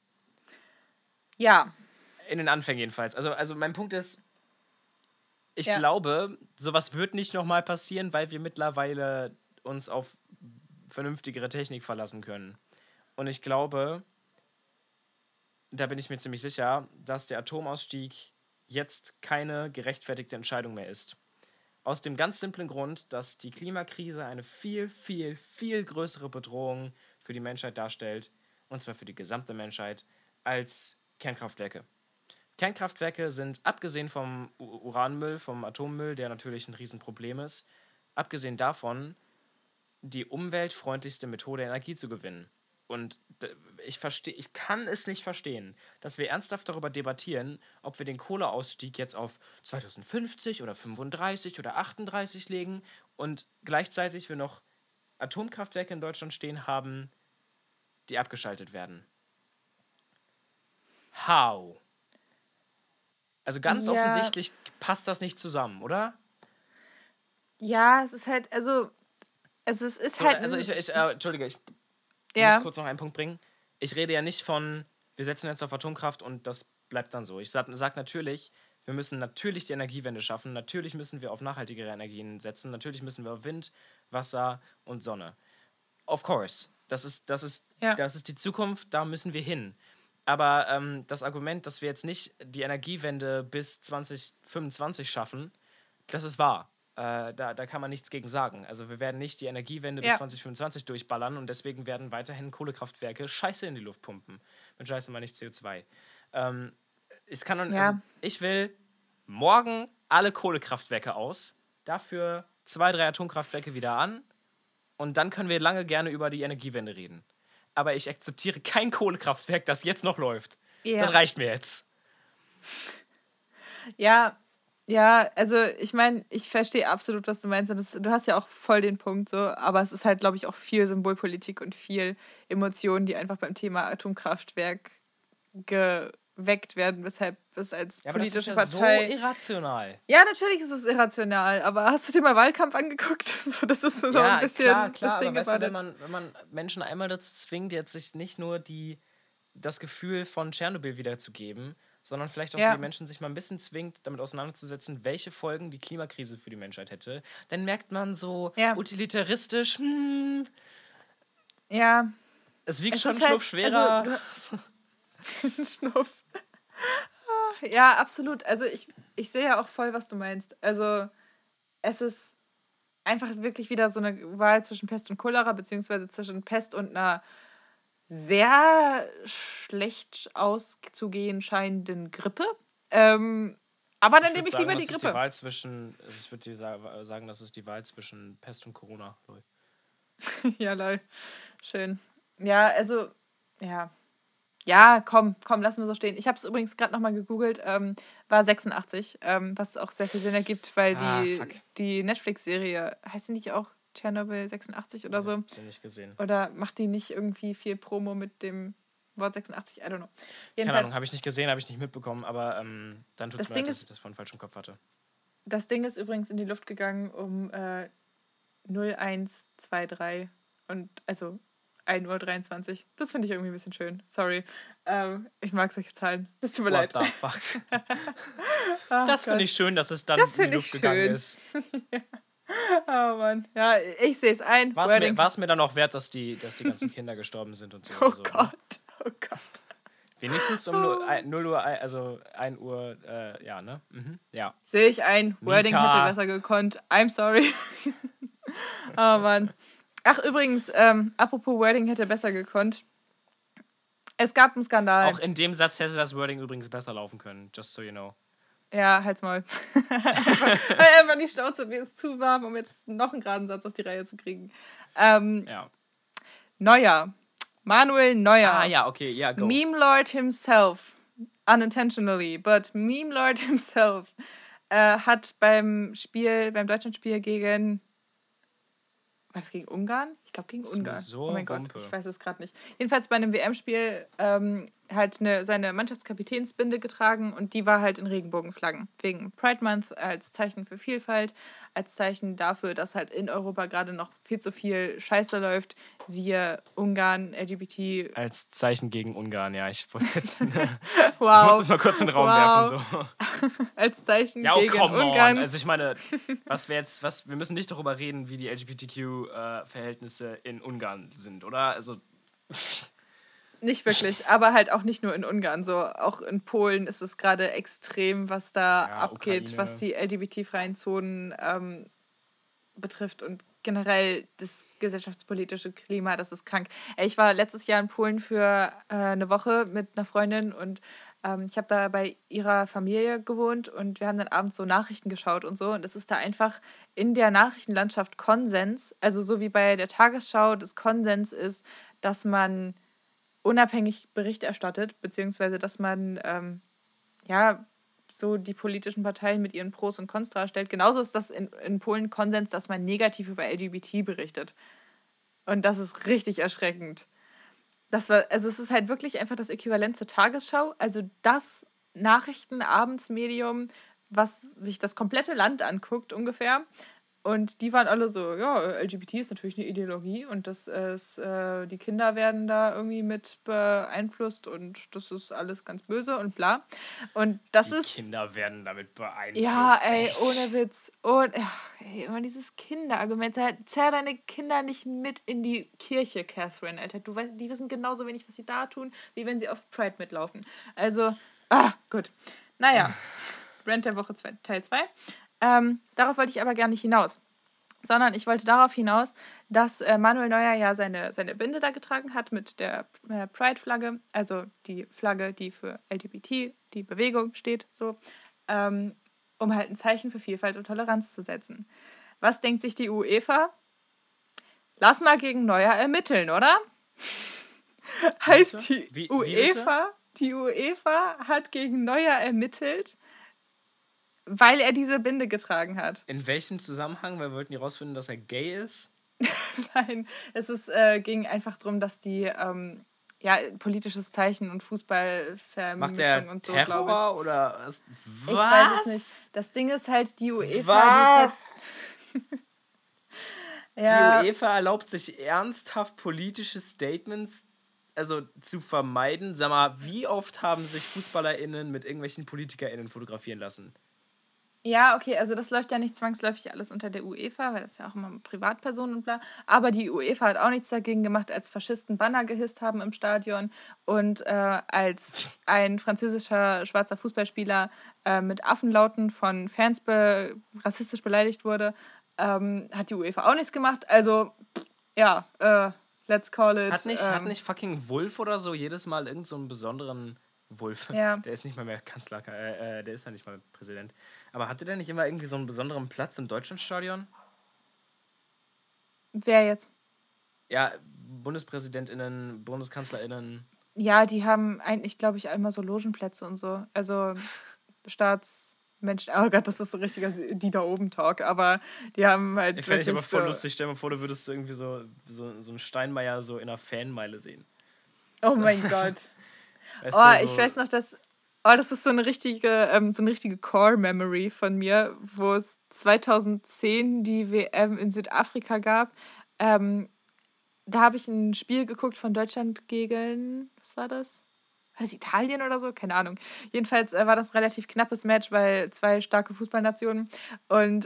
Ja. In den Anfängen jedenfalls. Also mein Punkt ist, ich Ja. glaube, sowas wird nicht nochmal passieren, weil wir mittlerweile uns auf vernünftigere Technik verlassen können. Und ich glaube, da bin ich mir ziemlich sicher, dass der Atomausstieg jetzt keine gerechtfertigte Entscheidung mehr ist. Aus dem ganz simplen Grund, dass die Klimakrise eine viel, viel, viel größere Bedrohung für die Menschheit darstellt, und zwar für die gesamte Menschheit, als Kernkraftwerke. Kernkraftwerke sind, abgesehen vom Uranmüll, vom Atommüll, der natürlich ein Riesenproblem ist, abgesehen davon die umweltfreundlichste Methode, Energie zu gewinnen. Und ich kann es nicht verstehen, dass wir ernsthaft darüber debattieren, ob wir den Kohleausstieg jetzt auf 2050 oder 35 oder 38 legen und gleichzeitig wir noch Atomkraftwerke in Deutschland stehen haben, die abgeschaltet werden. How? Also ganz Ja, offensichtlich passt das nicht zusammen, oder? ja, es ist halt, also es ist So, halt also ein, Entschuldige, ich muss ja, kurz noch einen Punkt bringen. Ich rede ja nicht von, wir setzen jetzt auf Atomkraft und das bleibt dann so. Ich sag natürlich, wir müssen natürlich die Energiewende schaffen. Natürlich müssen wir auf nachhaltigere Energien setzen. Natürlich müssen wir auf Wind, Wasser und Sonne. Of course. ja, Das ist die Zukunft, da müssen wir hin. Aber das Argument, dass wir jetzt nicht die Energiewende bis 2025 schaffen, das ist wahr. Da kann man nichts gegen sagen. Also wir werden nicht die Energiewende bis ja, 2025 durchballern und deswegen werden weiterhin Kohlekraftwerke Scheiße in die Luft pumpen. Mit Scheiße meine ich CO2. Ähm, also ja, ich will morgen alle Kohlekraftwerke aus, dafür 2, 3 Atomkraftwerke wieder an und dann können wir lange gerne über die Energiewende reden. Aber ich akzeptiere kein Kohlekraftwerk, das jetzt noch läuft. Das ja, reicht mir jetzt. ja, ja, also ich meine, ich verstehe absolut, was du meinst. Und du hast ja auch voll den Punkt so, aber es ist halt, glaube ich, auch viel Symbolpolitik und viel Emotionen, die einfach beim Thema Atomkraftwerk geweckt werden, weshalb es als Ja, aber das ist politische ja so Partei. irrational. Ja, natürlich ist es irrational, aber hast du dir mal Wahlkampf angeguckt? So, das ist so ein Ja, bisschen the klar, thing aber weißt du, about wenn it. man Menschen einmal dazu zwingt, jetzt sich nicht nur das Gefühl von Tschernobyl wiederzugeben, sondern vielleicht auch so die Ja, Menschen sich mal ein bisschen zwingt, damit auseinanderzusetzen, welche Folgen die Klimakrise für die Menschheit hätte, dann merkt man so ja, utilitaristisch, ja. es wiegt Es schon einen ist halt, Schnuff also, schwerer. Schnuff. Ja, absolut. Also ich sehe ja auch voll, was du meinst. Also es ist einfach wirklich wieder so eine Wahl zwischen Pest und Cholera, beziehungsweise zwischen Pest und einer sehr schlecht auszugehen scheinenden Grippe. Aber dann Ich nehme würde ich sagen, lieber die das ist die Grippe. Wahl zwischen, ich würde sagen, das ist die Wahl zwischen Pest und Corona. Lol. Ja, lol. Schön. Ja, also, ja. Ja, komm, lassen wir so stehen. Ich habe es übrigens gerade nochmal gegoogelt, war 86, was auch sehr viel Sinn ergibt, weil Ah, fuck. die Netflix-Serie, heißt die nicht auch Chernobyl 86 oder Ich habe so? sie nicht gesehen. Oder macht die nicht irgendwie viel Promo mit dem Wort 86? I don't know. Keine Ahnung, Jedenfalls, habe ich nicht gesehen, habe ich nicht mitbekommen, aber dann tut es das mir leid, Ding dass ich ist, das von falsch im Kopf hatte. das Ding ist übrigens in die Luft gegangen um 01:23 und also 1:23 Uhr. Das finde ich irgendwie ein bisschen schön. Sorry. Ich mag solche Zahlen. Es tut mir What leid. the fuck? Oh Das finde Gott. ich schön, dass es dann Das in die finde ich Luft gegangen schön. ist. Oh Mann. Ja, ich sehe es ein. War Wording. es mir dann auch wert, dass die ganzen Kinder gestorben sind und so. Oh Also, ne? Gott. Oh Gott. Wenigstens um 0 Uhr, also 1 Uhr, ja, ne? Mhm, ja. Sehe ich ein. Wording hätte Mika. besser gekonnt. I'm sorry. Oh Mann. Ach, übrigens, apropos Wording hätte besser gekonnt. Es gab einen Skandal. Auch in dem Satz hätte das Wording übrigens besser laufen können, just so you know. Ja, halt's Maul. einfach die Schnauze, mir ist zu warm, um jetzt noch einen geraden Satz auf die Reihe zu kriegen. Ja. Neuer. Manuel Neuer. Ah, ja, okay, ja, go. Meme Lord himself, unintentionally, but Meme Lord himself, hat beim deutschen Spiel gegen, war das gegen Ungarn? Ich glaube gegen Ist mir Ungarn. so Oh mein Gott, Wumpe. ich weiß es gerade nicht. Jedenfalls bei einem WM-Spiel halt seine Mannschaftskapitänsbinde getragen und die war halt in Regenbogenflaggen. Wegen Pride Month als Zeichen für Vielfalt, als Zeichen dafür, dass halt in Europa gerade noch viel zu viel Scheiße läuft. Siehe Ungarn, LGBT. Als Zeichen gegen Ungarn, ja. Ich wollte jetzt. Ich Wow. muss das mal kurz in den Raum werfen. So. Als Zeichen Ja, oh, gegen come Ungarn. on. Also ich meine, wir müssen nicht darüber reden, wie die LGBTQ-Verhältnisse in Ungarn sind, oder? Also. Nicht wirklich, aber halt auch nicht nur in Ungarn. So, auch in Polen ist es gerade extrem, was da Ja, abgeht, Ukraine. was die LGBT-freien Zonen betrifft und generell das gesellschaftspolitische Klima, das ist krank. Ich war letztes Jahr in Polen für eine Woche mit einer Freundin und Ich habe da bei ihrer Familie gewohnt und wir haben dann abends so Nachrichten geschaut und so. Und es ist da einfach in der Nachrichtenlandschaft Konsens, also so wie bei der Tagesschau das Konsens ist, dass man unabhängig Bericht erstattet, beziehungsweise dass man ja so die politischen Parteien mit ihren Pros und Cons darstellt. Genauso ist das in Polen Konsens, dass man negativ über LGBT berichtet. Und das ist richtig erschreckend. Also es ist halt wirklich einfach das Äquivalent zur Tagesschau, also das Nachrichtenabendsmedium, was sich das komplette Land anguckt ungefähr. Und die waren alle so, ja, LGBT ist natürlich eine Ideologie und die Kinder werden da irgendwie mit beeinflusst und das ist alles ganz böse und bla. Und das Die ist, Kinder werden damit beeinflusst. ja, ey, ohne Witz. Und ey, immer dieses Kinderargument. Zerr deine Kinder nicht mit in die Kirche, Catherine, Alter. Du weißt, die wissen genauso wenig, was sie da tun, wie wenn sie auf Pride mitlaufen. Also, gut. Naja, Rant der Woche Teil 2. Darauf wollte ich aber gar nicht hinaus. Sondern ich wollte darauf hinaus, dass Manuel Neuer ja seine Binde da getragen hat mit der Pride-Flagge, also die Flagge, die für LGBT, die Bewegung steht, so, um halt ein Zeichen für Vielfalt und Toleranz zu setzen. Was denkt sich die UEFA? Lass mal gegen Neuer ermitteln, oder? Heißt die UEFA hat gegen Neuer ermittelt, weil er diese Binde getragen hat. In welchem Zusammenhang? Weil wir wollten die rausfinden, dass er gay ist? Nein, ging einfach darum, dass die politisches Zeichen und Fußballvermischung und so, glaube ich. Terror oder was? Ich weiß es nicht. Das Ding ist halt, die UEFA, Was? Die UEFA erlaubt sich ernsthaft politische Statements zu vermeiden. Sag mal, wie oft haben sich FußballerInnen mit irgendwelchen PolitikerInnen fotografieren lassen? Ja, okay, also das läuft ja nicht zwangsläufig alles unter der UEFA, weil das ja auch immer Privatpersonen und bla. Aber die UEFA hat auch nichts dagegen gemacht, als Faschisten Banner gehisst haben im Stadion und als ein französischer schwarzer Fußballspieler mit Affenlauten von Fans rassistisch beleidigt wurde, hat die UEFA auch nichts gemacht. Also, ja, let's call it. Hat nicht fucking Wulff oder so jedes Mal irgend so einen besonderen Wulff? Ja. Der ist nicht mal mehr Kanzler, der ist ja nicht mal Präsident. Aber hatte der nicht immer irgendwie so einen besonderen Platz im Deutschlandstadion? Wer jetzt? Ja, BundespräsidentInnen, BundeskanzlerInnen. Ja, die haben eigentlich, glaube ich, immer so Logenplätze und so. Also Staatsmenschen. Oh Gott, das ist so ein richtiger Die da oben Talk. Aber die haben halt. Ich fände ich aber voll lustig. Stell dir mal vor, du würdest irgendwie so einen Steinmeier so in einer Fanmeile sehen. Oh mein Gott. Weißt du, ich weiß noch, dass. Oh, das ist so eine richtige Core-Memory von mir, wo es 2010 die WM in Südafrika gab. Da habe ich ein Spiel geguckt von Deutschland gegen, was war das? War das Italien oder so? Keine Ahnung. Jedenfalls war das ein relativ knappes Match, weil 2 starke Fußballnationen. Und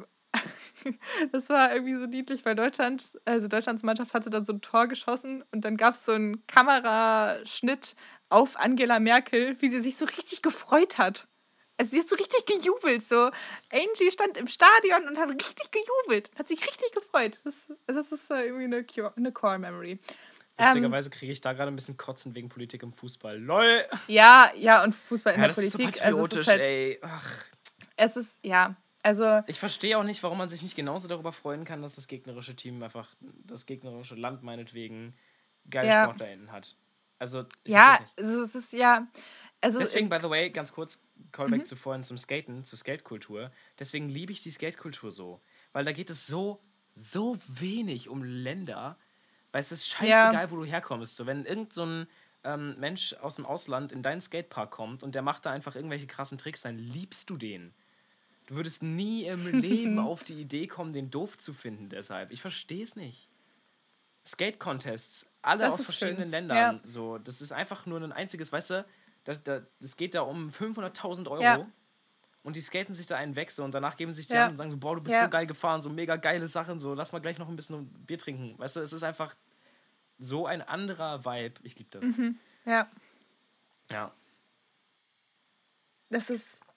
das war irgendwie so niedlich, weil Deutschlands Mannschaft hatte dann so ein Tor geschossen und dann gab es so einen Kameraschnitt auf Angela Merkel, wie sie sich so richtig gefreut hat. Also sie hat so richtig gejubelt. So, Angie stand im Stadion und hat richtig gejubelt. Hat sich richtig gefreut. Das ist irgendwie eine Core-Memory. Witzigerweise kriege ich da gerade ein bisschen Kotzen wegen Politik im Fußball. LOL! Ja, und Fußball in der das Politik. Ist so patriotisch, also ey. Ach. Es ist, ja, also... Ich verstehe auch nicht, warum man sich nicht genauso darüber freuen kann, dass das gegnerische Team einfach, das gegnerische Land meinetwegen geile SportlerInnen hat. Also, ich ja, es ist ja... Also, deswegen, by the way, ganz kurz, Callback zu vorhin zum Skaten, zur Skatekultur. Deswegen liebe ich die Skatekultur so. Weil da geht es so wenig um Länder, weil es ist scheißegal, wo du herkommst. So, wenn irgend so ein Mensch aus dem Ausland in deinen Skatepark kommt und der macht da einfach irgendwelche krassen Tricks, dann liebst du den. Du würdest nie im Leben auf die Idee kommen, den doof zu finden deshalb. Ich verstehe es nicht. Skate-Contests, alle aus verschiedenen Ländern. Ja. So, das ist einfach nur ein einziges, weißt du, das geht da um 500.000 € und die skaten sich da einen weg so und danach geben sie sich die Hand und sagen so, boah, du bist so geil gefahren, so mega geile Sachen, so lass mal gleich noch ein bisschen Bier trinken. Weißt du, es ist einfach so ein anderer Vibe. Ich liebe das. Ja. Ja. Das ist,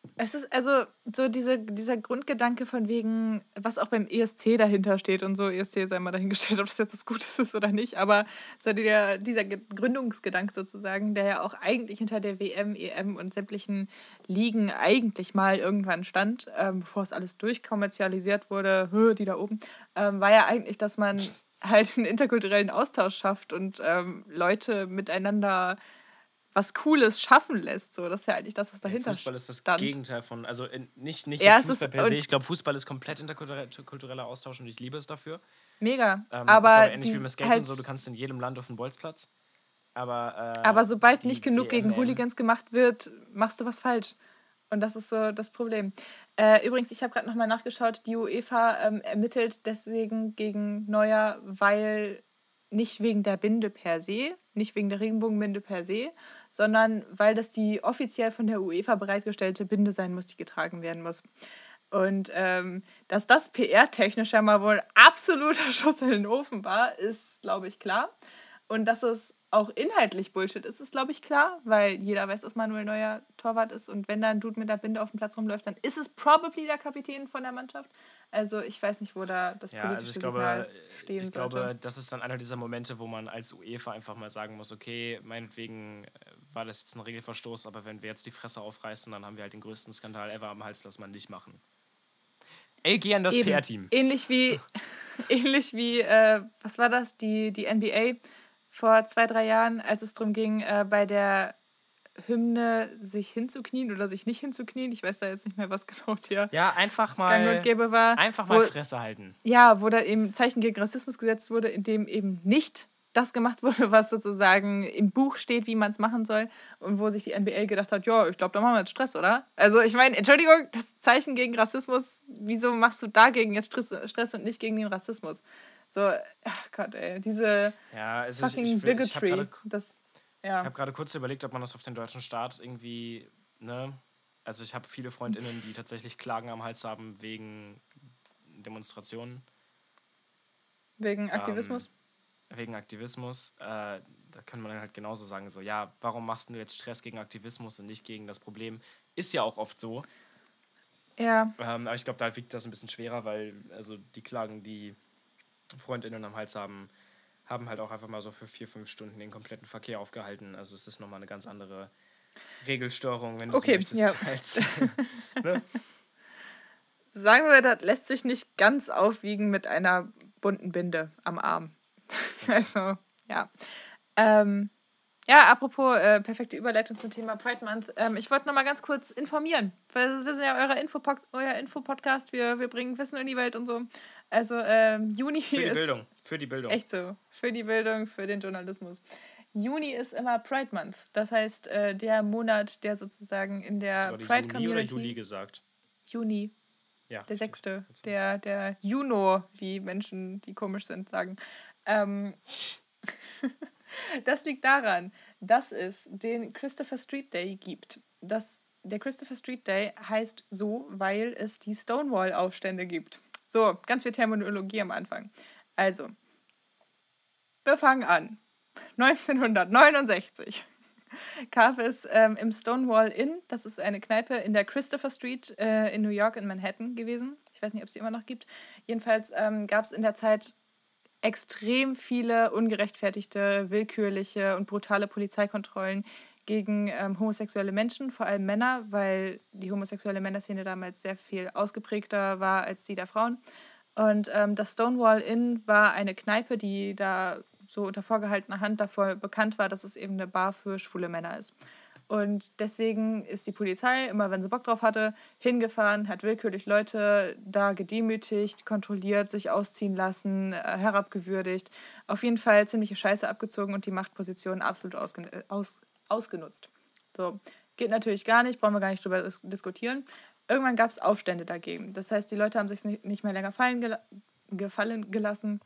Es ist also so dieser Grundgedanke von wegen, was auch beim ESC dahinter steht und so, ESC sei mal dahingestellt, ob das jetzt was Gutes ist oder nicht, aber so dieser Gründungsgedanke sozusagen, der ja auch eigentlich hinter der WM, EM und sämtlichen Ligen eigentlich mal irgendwann stand, bevor es alles durchkommerzialisiert wurde, die da oben, war ja eigentlich, dass man halt einen interkulturellen Austausch schafft und Leute miteinander was Cooles schaffen lässt. So, das ist ja eigentlich das, was Ey, dahinter Fußball ist das stand. Gegenteil von, also nicht Ja, jetzt es Fußball ist per se, ich und glaube, Fußball ist komplett interkultureller Austausch und ich liebe es dafür. mega. Ich Aber glaube, ähnlich wie mit Skate und so, du kannst in jedem Land auf den Bolzplatz, aber sobald nicht die genug WM, gegen EM, Hooligans gemacht wird, machst du was falsch. Und das ist so das Problem. Übrigens, ich habe gerade nochmal nachgeschaut, die UEFA ermittelt deswegen gegen Neuer, weil nicht wegen der Binde per se, nicht wegen der Regenbogenbinde per se, sondern weil das die offiziell von der UEFA bereitgestellte Binde sein muss, die getragen werden muss. Und dass das PR-technisch ja mal wohl absoluter Schuss in den Ofen war, ist, glaube ich, klar. Und dass es auch inhaltlich Bullshit ist, ist, glaube ich, klar, weil jeder weiß, dass Manuel Neuer Torwart ist und wenn da ein Dude mit der Binde auf dem Platz rumläuft, dann ist es probably der Kapitän von der Mannschaft. Also ich weiß nicht, wo da das ja, also politische Signal stehen ich sollte. glaube, das ist dann einer dieser Momente, wo man als UEFA einfach mal sagen muss, okay, meinetwegen war das jetzt ein Regelverstoß, aber wenn wir jetzt die Fresse aufreißen, dann haben wir halt den größten Skandal ever am Hals, lass man nicht machen. Ey, geh an das Eben. PR-Team. Ähnlich wie was war das? Die NBA vor 2, 3 Jahren, als es darum ging, bei der Hymne sich hinzuknien oder sich nicht hinzuknien. Ich weiß da jetzt nicht mehr, was genau der Ja, Gang und Gäbe war. einfach mal Wo, Fresse halten. ja, wo da eben Zeichen gegen Rassismus gesetzt wurde, in dem eben nicht das gemacht wurde, was sozusagen im Buch steht, wie man es machen soll. Und wo sich die NBA gedacht hat, ja, ich glaube, da machen wir jetzt Stress, oder? Also ich meine, Entschuldigung, das Zeichen gegen Rassismus, wieso machst du dagegen jetzt Stress und nicht gegen den Rassismus? So, ach Gott, ey, diese Ja, also fucking Bigotry, das, ja. hab gerade kurz überlegt, ob man das auf den deutschen Staat irgendwie, ne? Also ich habe viele FreundInnen, die tatsächlich Klagen am Hals haben wegen Demonstrationen. Wegen Ähm, Aktivismus. wegen Aktivismus. Da kann man dann halt genauso sagen, so, ja, warum machst du jetzt Stress gegen Aktivismus und nicht gegen das Problem? Ist ja auch oft so. Ja. Aber ich glaube, da wiegt das ein bisschen schwerer, weil also die Klagen, die FreundInnen am Hals haben, haben halt auch einfach mal so für 4, 5 Stunden den kompletten Verkehr aufgehalten. Also es ist nochmal eine ganz andere Regelstörung, wenn du so Okay, möchtest. ja. Als, ne? Sagen wir, das lässt sich nicht ganz aufwiegen mit einer bunten Binde am Arm. Also, ja. Ja, apropos perfekte Überleitung zum Thema Pride Month. Ich wollte noch mal ganz kurz informieren, weil wir sind ja euer Infopodcast. Wir bringen Wissen in die Welt und so. Also Juni Für die ist Bildung. Für die Bildung. echt so. Für die Bildung, für den Journalismus. Juni ist immer Pride Month. Das heißt, der Monat, der sozusagen in Hast du der gerade Pride Juni oder Community. Juli gesagt? Juni. Ja. Der 6. Der Juno, wie Menschen, die komisch sind, sagen. Das liegt daran, dass es den Christopher Street Day gibt. Der Christopher Street Day heißt so, weil es die Stonewall-Aufstände gibt. So, ganz viel Terminologie am Anfang. Also, wir fangen an. 1969 gab es im Stonewall Inn, das ist eine Kneipe in der Christopher Street in New York in Manhattan gewesen. Ich weiß nicht, ob es die immer noch gibt. Jedenfalls gab es in der Zeit extrem viele ungerechtfertigte, willkürliche und brutale Polizeikontrollen gegen homosexuelle Menschen, vor allem Männer, weil die homosexuelle Männerszene damals sehr viel ausgeprägter war als die der Frauen. Und das Stonewall Inn war eine Kneipe, die da so unter vorgehaltener Hand davor bekannt war, dass es eben eine Bar für schwule Männer ist. Und deswegen ist die Polizei, immer wenn sie Bock drauf hatte, hingefahren, hat willkürlich Leute da gedemütigt, kontrolliert, sich ausziehen lassen, herabgewürdigt. Auf jeden Fall ziemliche Scheiße abgezogen und die Machtposition absolut ausgenutzt. So, geht natürlich gar nicht, brauchen wir gar nicht drüber diskutieren. Irgendwann gab es Aufstände dagegen. Das heißt, die Leute haben sich nicht mehr länger gefallen lassen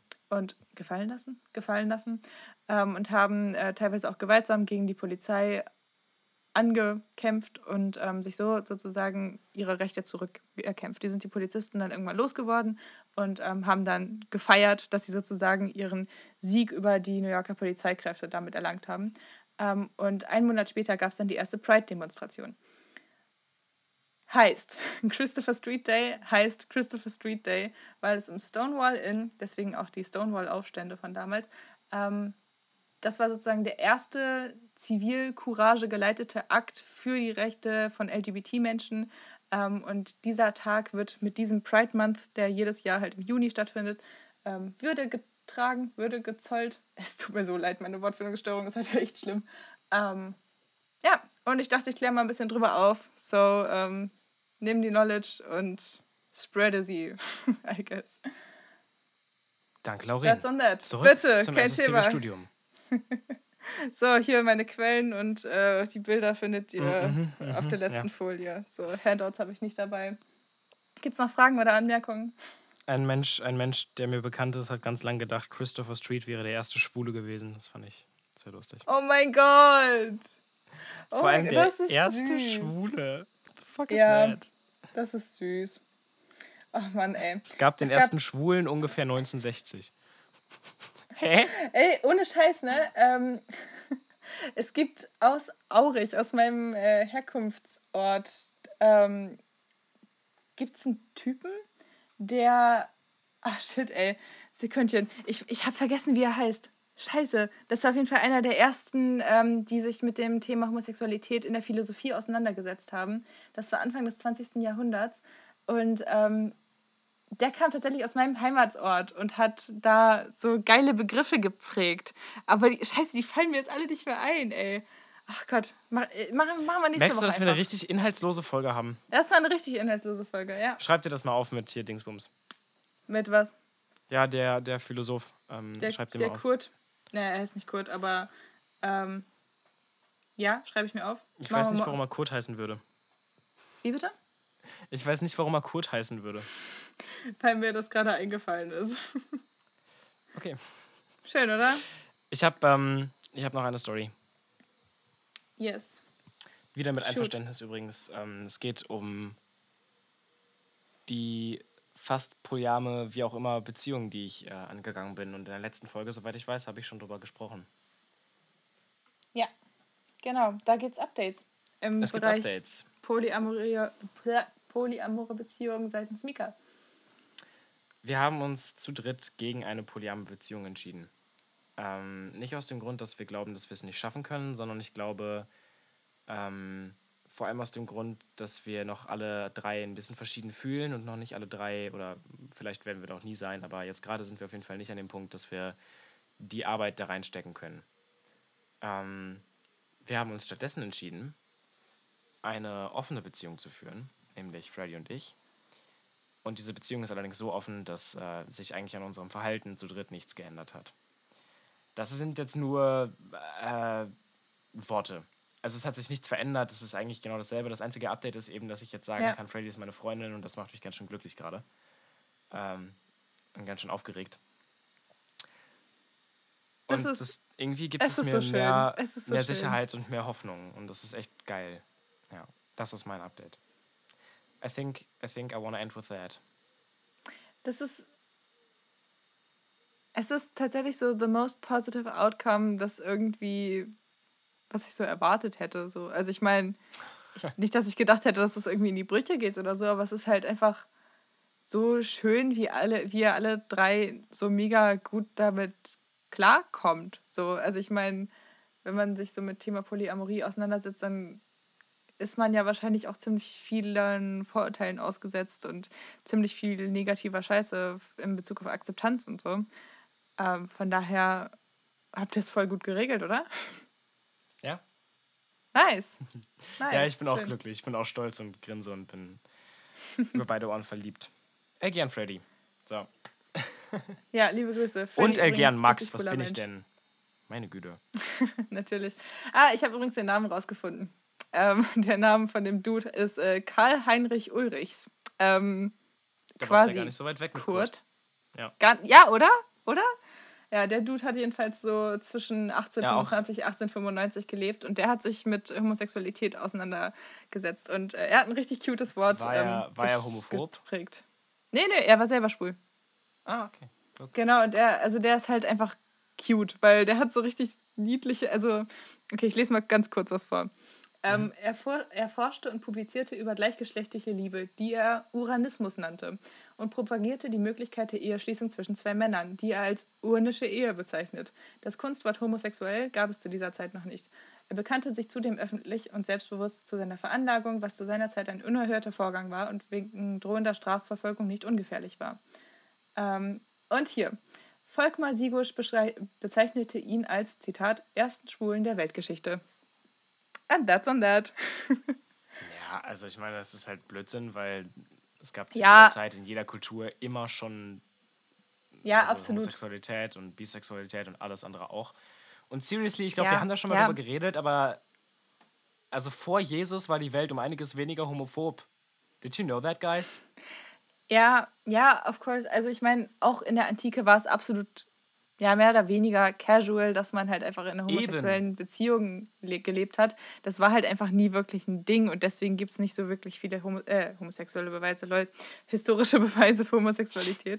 und haben teilweise auch gewaltsam gegen die Polizei angekämpft und sich so sozusagen ihre Rechte zurückerkämpft. Die sind die Polizisten dann irgendwann losgeworden und haben dann gefeiert, dass sie sozusagen ihren Sieg über die New Yorker Polizeikräfte damit erlangt haben. Und einen Monat später gab es dann die erste Pride-Demonstration. heißt Christopher Street Day, weil es im Stonewall Inn, deswegen auch die Stonewall-Aufstände von damals, das war sozusagen der erste Zivilcourage geleitete Akt für die Rechte von LGBT-Menschen. Und dieser Tag wird mit diesem Pride Month, der jedes Jahr halt im Juni stattfindet, Würde getragen, Würde gezollt. Es tut mir so leid, meine Wortfindungsstörung ist halt echt schlimm. Ja, und ich dachte, ich kläre mal ein bisschen drüber auf. So, nimm die Knowledge und spreade sie, I guess. Danke, Lauren. That's on that. Zurück Bitte, zum kein Thema. SSPB-Studium. So, hier meine Quellen und die Bilder findet ihr auf der letzten Folie. So, Handouts habe ich nicht dabei. Gibt's noch Fragen oder Anmerkungen? Ein Mensch, der mir bekannt ist, hat ganz lang gedacht, Christopher Street wäre der erste Schwule gewesen. Das fand ich sehr lustig. Oh mein Gott! Vor allem der das ist erste süß. Schwule. What the fuck is Ja, that? das ist süß. Ach Mann, ey. Es gab den ersten Schwulen ungefähr 1960. Hä? Ey, ohne Scheiß, ne? Es gibt aus Aurich, aus meinem Herkunftsort, gibt's einen Typen, der... Ach, shit, ey. Sekündchen. Ich habe vergessen, wie er heißt. Scheiße. Das war auf jeden Fall einer der ersten, die sich mit dem Thema Homosexualität in der Philosophie auseinandergesetzt haben. Das war Anfang des 20. Jahrhunderts. Und der kam tatsächlich aus meinem Heimatsort und hat da so geile Begriffe geprägt. Aber Scheiße, die fallen mir jetzt alle nicht mehr ein, ey. Ach Gott, machen wir nächste Woche. Merkst du, dass wir eine richtig inhaltslose Folge haben? Das war eine richtig inhaltslose Folge, ja. Schreib dir das mal auf mit hier Dingsbums. Mit was? Ja, der Philosoph. Schreib dir mal auf. Der Kurt. Ne, er ist nicht Kurt, aber ja, schreibe ich mir auf. Ich weiß nicht, warum er Kurt heißen würde. Wie bitte? Ich weiß nicht, warum er Kurt heißen würde. Weil mir das gerade eingefallen ist. Okay. Schön, oder? Ich hab noch eine Story. Yes. Wieder mit Einverständnis übrigens. Es geht um die fast polyame, wie auch immer, Beziehung, die ich angegangen bin. Und in der letzten Folge, soweit ich weiß, habe ich schon drüber gesprochen. Ja, genau. Da gibt's Updates. Im Es gibt Bereich Updates. polyamore Beziehungen seitens Mika. Wir haben uns zu dritt gegen eine polyame Beziehung entschieden. Nicht aus dem Grund, dass wir glauben, dass wir es nicht schaffen können, sondern ich glaube, vor allem aus dem Grund, dass wir noch alle drei ein bisschen verschieden fühlen und noch nicht alle drei, oder vielleicht werden wir da auch nie sein, aber jetzt gerade sind wir auf jeden Fall nicht an dem Punkt, dass wir die Arbeit da reinstecken können. Wir haben uns stattdessen entschieden, eine offene Beziehung zu führen, nämlich Freddy und ich. Und diese Beziehung ist allerdings so offen, dass sich eigentlich an unserem Verhalten zu dritt nichts geändert hat. Das sind jetzt nur Worte. Also es hat sich nichts verändert, es ist eigentlich genau dasselbe. Das einzige Update ist eben, dass ich jetzt sagen kann, Freddy ist meine Freundin und das macht mich ganz schön glücklich gerade. Und ganz schön aufgeregt. Und irgendwie gibt es mir mehr Sicherheit und mehr Hoffnung. Und das ist echt geil. Ja, das ist mein Update. I think I want to end with that. Es ist tatsächlich so the most positive outcome, das irgendwie, was ich so erwartet hätte. So. Also ich meine, nicht, dass ich gedacht hätte, dass es irgendwie in die Brüche geht oder so, aber es ist halt einfach so schön, wie ihr alle drei so mega gut damit klarkommt. So. Also ich meine, wenn man sich so mit Thema Polyamorie auseinandersetzt, dann ist man ja wahrscheinlich auch ziemlich vielen Vorurteilen ausgesetzt und ziemlich viel negativer Scheiße in Bezug auf Akzeptanz und so. Von daher habt ihr es voll gut geregelt, oder? Ja. Nice. Ja, ich bin auch glücklich. Ich bin auch stolz und grinse und bin über beide Ohren verliebt. Gern Freddy. So. Ja, liebe Grüße. Freddy und gern Max. Was bin Mensch. ich denn? Meine Güte. Natürlich. Ich habe übrigens den Namen rausgefunden. Der Name von dem Dude ist Karl-Heinrich Ulrichs. Der quasi ja gar nicht so weit weg mit Kurt. Ja. Ja, oder? Ja, der Dude hat jedenfalls so zwischen 1825 und 1895 gelebt und der hat sich mit Homosexualität auseinandergesetzt. Und er hat ein richtig cutes Wort war er homophob? geprägt. Nee, er war selber schwul. Ah, okay. Genau, und der ist halt einfach cute, weil der hat so richtig niedliche, okay, ich lese mal ganz kurz was vor. Er forschte und publizierte über gleichgeschlechtliche Liebe, die er Uranismus nannte, und propagierte die Möglichkeit der Eheschließung zwischen zwei Männern, die er als urnische Ehe bezeichnet. Das Kunstwort homosexuell gab es zu dieser Zeit noch nicht. Er bekannte sich zudem öffentlich und selbstbewusst zu seiner Veranlagung, was zu seiner Zeit ein unerhörter Vorgang war und wegen drohender Strafverfolgung nicht ungefährlich war. Und hier. Volkmar Sigusch bezeichnete ihn als, Zitat, ersten Schwulen der Weltgeschichte. And that's on that. Ja, also ich meine, das ist halt Blödsinn, weil es gab zu Ja. jeder Zeit in jeder Kultur immer schon Ja, absolut. Homosexualität und Bisexualität und alles andere auch. Und seriously, ich glaube, Ja, wir haben da schon mal ja. drüber geredet, aber also vor Jesus war die Welt um einiges weniger homophob. Did you know that, guys? Ja, of course. Also ich meine, auch in der Antike war es absolut, ja, mehr oder weniger casual, dass man halt einfach in einer homosexuellen Beziehung gelebt hat. Das war halt einfach nie wirklich ein Ding und deswegen gibt es nicht so wirklich viele homosexuelle Beweise, historische Beweise für Homosexualität.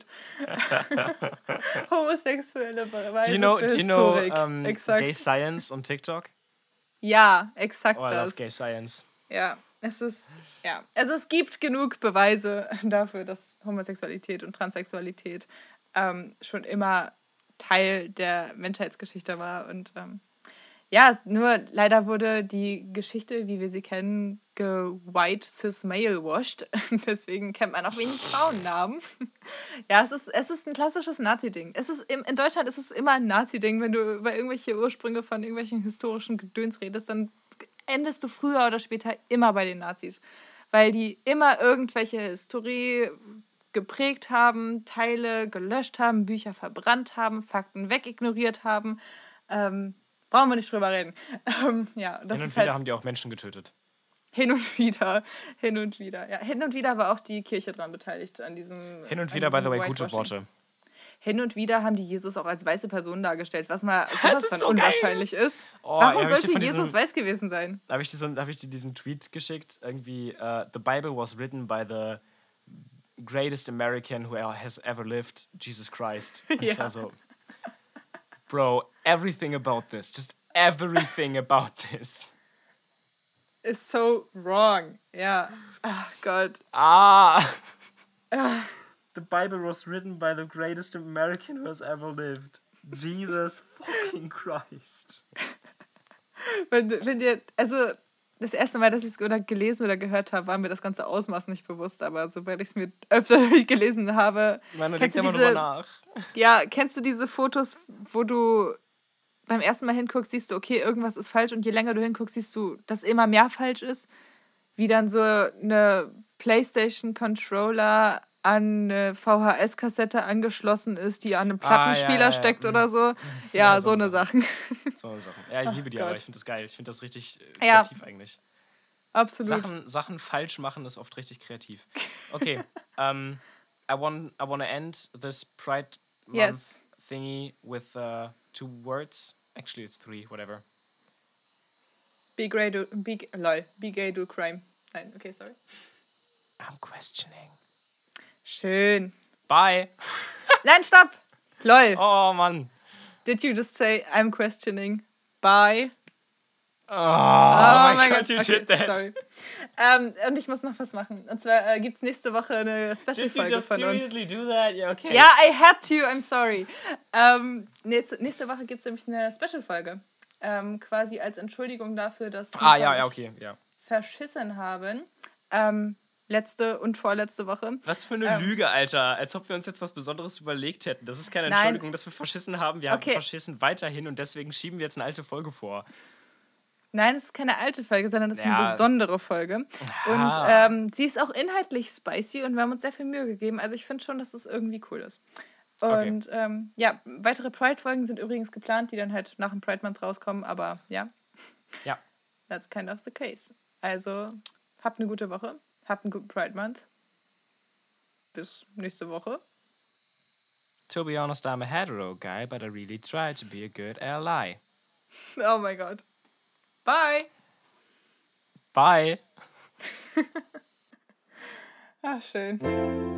Homosexuelle Beweise für Historik. Exakt. Gay Science und TikTok? Ja, exakt I das. love Gay Science. Ja, also es gibt genug Beweise dafür, dass Homosexualität und Transsexualität schon immer Teil der Menschheitsgeschichte war. Und nur leider wurde die Geschichte, wie wir sie kennen, white cis male washed. Deswegen kennt man auch wenig Frauennamen. Ja, es ist ein klassisches Nazi-Ding. In Deutschland ist es immer ein Nazi-Ding, wenn du über irgendwelche Ursprünge von irgendwelchen historischen Gedöns redest, dann endest du früher oder später immer bei den Nazis. Weil die immer irgendwelche Historie geprägt haben, Teile gelöscht haben, Bücher verbrannt haben, Fakten wegignoriert haben. Brauchen wir nicht drüber reden. Ja, das Hin und ist wieder halt haben die auch Menschen getötet. hin und wieder. Ja, hin und wieder war auch die Kirche dran beteiligt an diesem. Hin und wieder, by the way, gute Whitewashing. Worte. Hin und wieder haben die Jesus auch als weiße Person dargestellt, was mal sowas von so unwahrscheinlich ist. Oh, Warum ja, sollte Jesus weiß gewesen sein? Habe ich dir diesen Tweet geschickt? Irgendwie, the Bible was written by the greatest American who has ever lived, Jesus Christ. Und ich war so, Bro, everything about this, just everything about this. Is so wrong. Ja. Ach Gott. The Bible was written by the greatest American who has ever lived. Jesus fucking Christ. Wenn dir, also das erste Mal, dass ich es gelesen oder gehört habe, war mir das ganze Ausmaß nicht bewusst, aber sobald ich es mir öfter durchgelesen habe, kennst du diese Fotos, wo du beim ersten Mal hinguckst, siehst du, okay, irgendwas ist falsch und je länger du hinguckst, siehst du, dass immer mehr falsch ist, wie dann so eine PlayStation-Controller an eine VHS-Kassette angeschlossen ist, die an einem Plattenspieler steckt oder so. Ja, so eine Sachen. So eine Sachen. Ja, ich liebe die, aber ich finde das geil. Ich finde das richtig kreativ eigentlich. Absolut. Sachen falsch machen ist oft richtig kreativ. Okay, I wanna end this Pride Month thingy with 2 words. Actually, it's 3, whatever. Be gay, do crime. Nein, okay, sorry. I'm questioning. Schön. Bye. Nein, stopp. Lol. Oh, Mann. Did you just say I'm questioning? Bye. Oh my God, you did that. Sorry. Und ich muss noch was machen. Und zwar gibt es nächste Woche eine Special-Folge von uns. Did you just seriously do that? Yeah, okay. Ja, I had to, I'm sorry. Nächste Woche gibt es nämlich eine Special-Folge. Quasi als Entschuldigung dafür, dass wir verschissen haben. Letzte und vorletzte Woche. Was für eine Lüge, Alter. Als ob wir uns jetzt was Besonderes überlegt hätten. Das ist keine Entschuldigung, dass wir verschissen haben. Wir haben verschissen weiterhin und deswegen schieben wir jetzt eine alte Folge vor. Nein, es ist keine alte Folge, sondern es ist eine besondere Folge. Und sie ist auch inhaltlich spicy und wir haben uns sehr viel Mühe gegeben. Also ich finde schon, dass es irgendwie cool ist. Und weitere Pride-Folgen sind übrigens geplant, die dann halt nach dem Pride-Month rauskommen. Aber ja, that's kind of the case. Also habt eine gute Woche. Habt einen guten Pride-Month. Bis nächste Woche. To be honest, I'm a hetero guy, but I really try to be a good ally. Oh mein Gott. Bye. Bye. Ach, schön.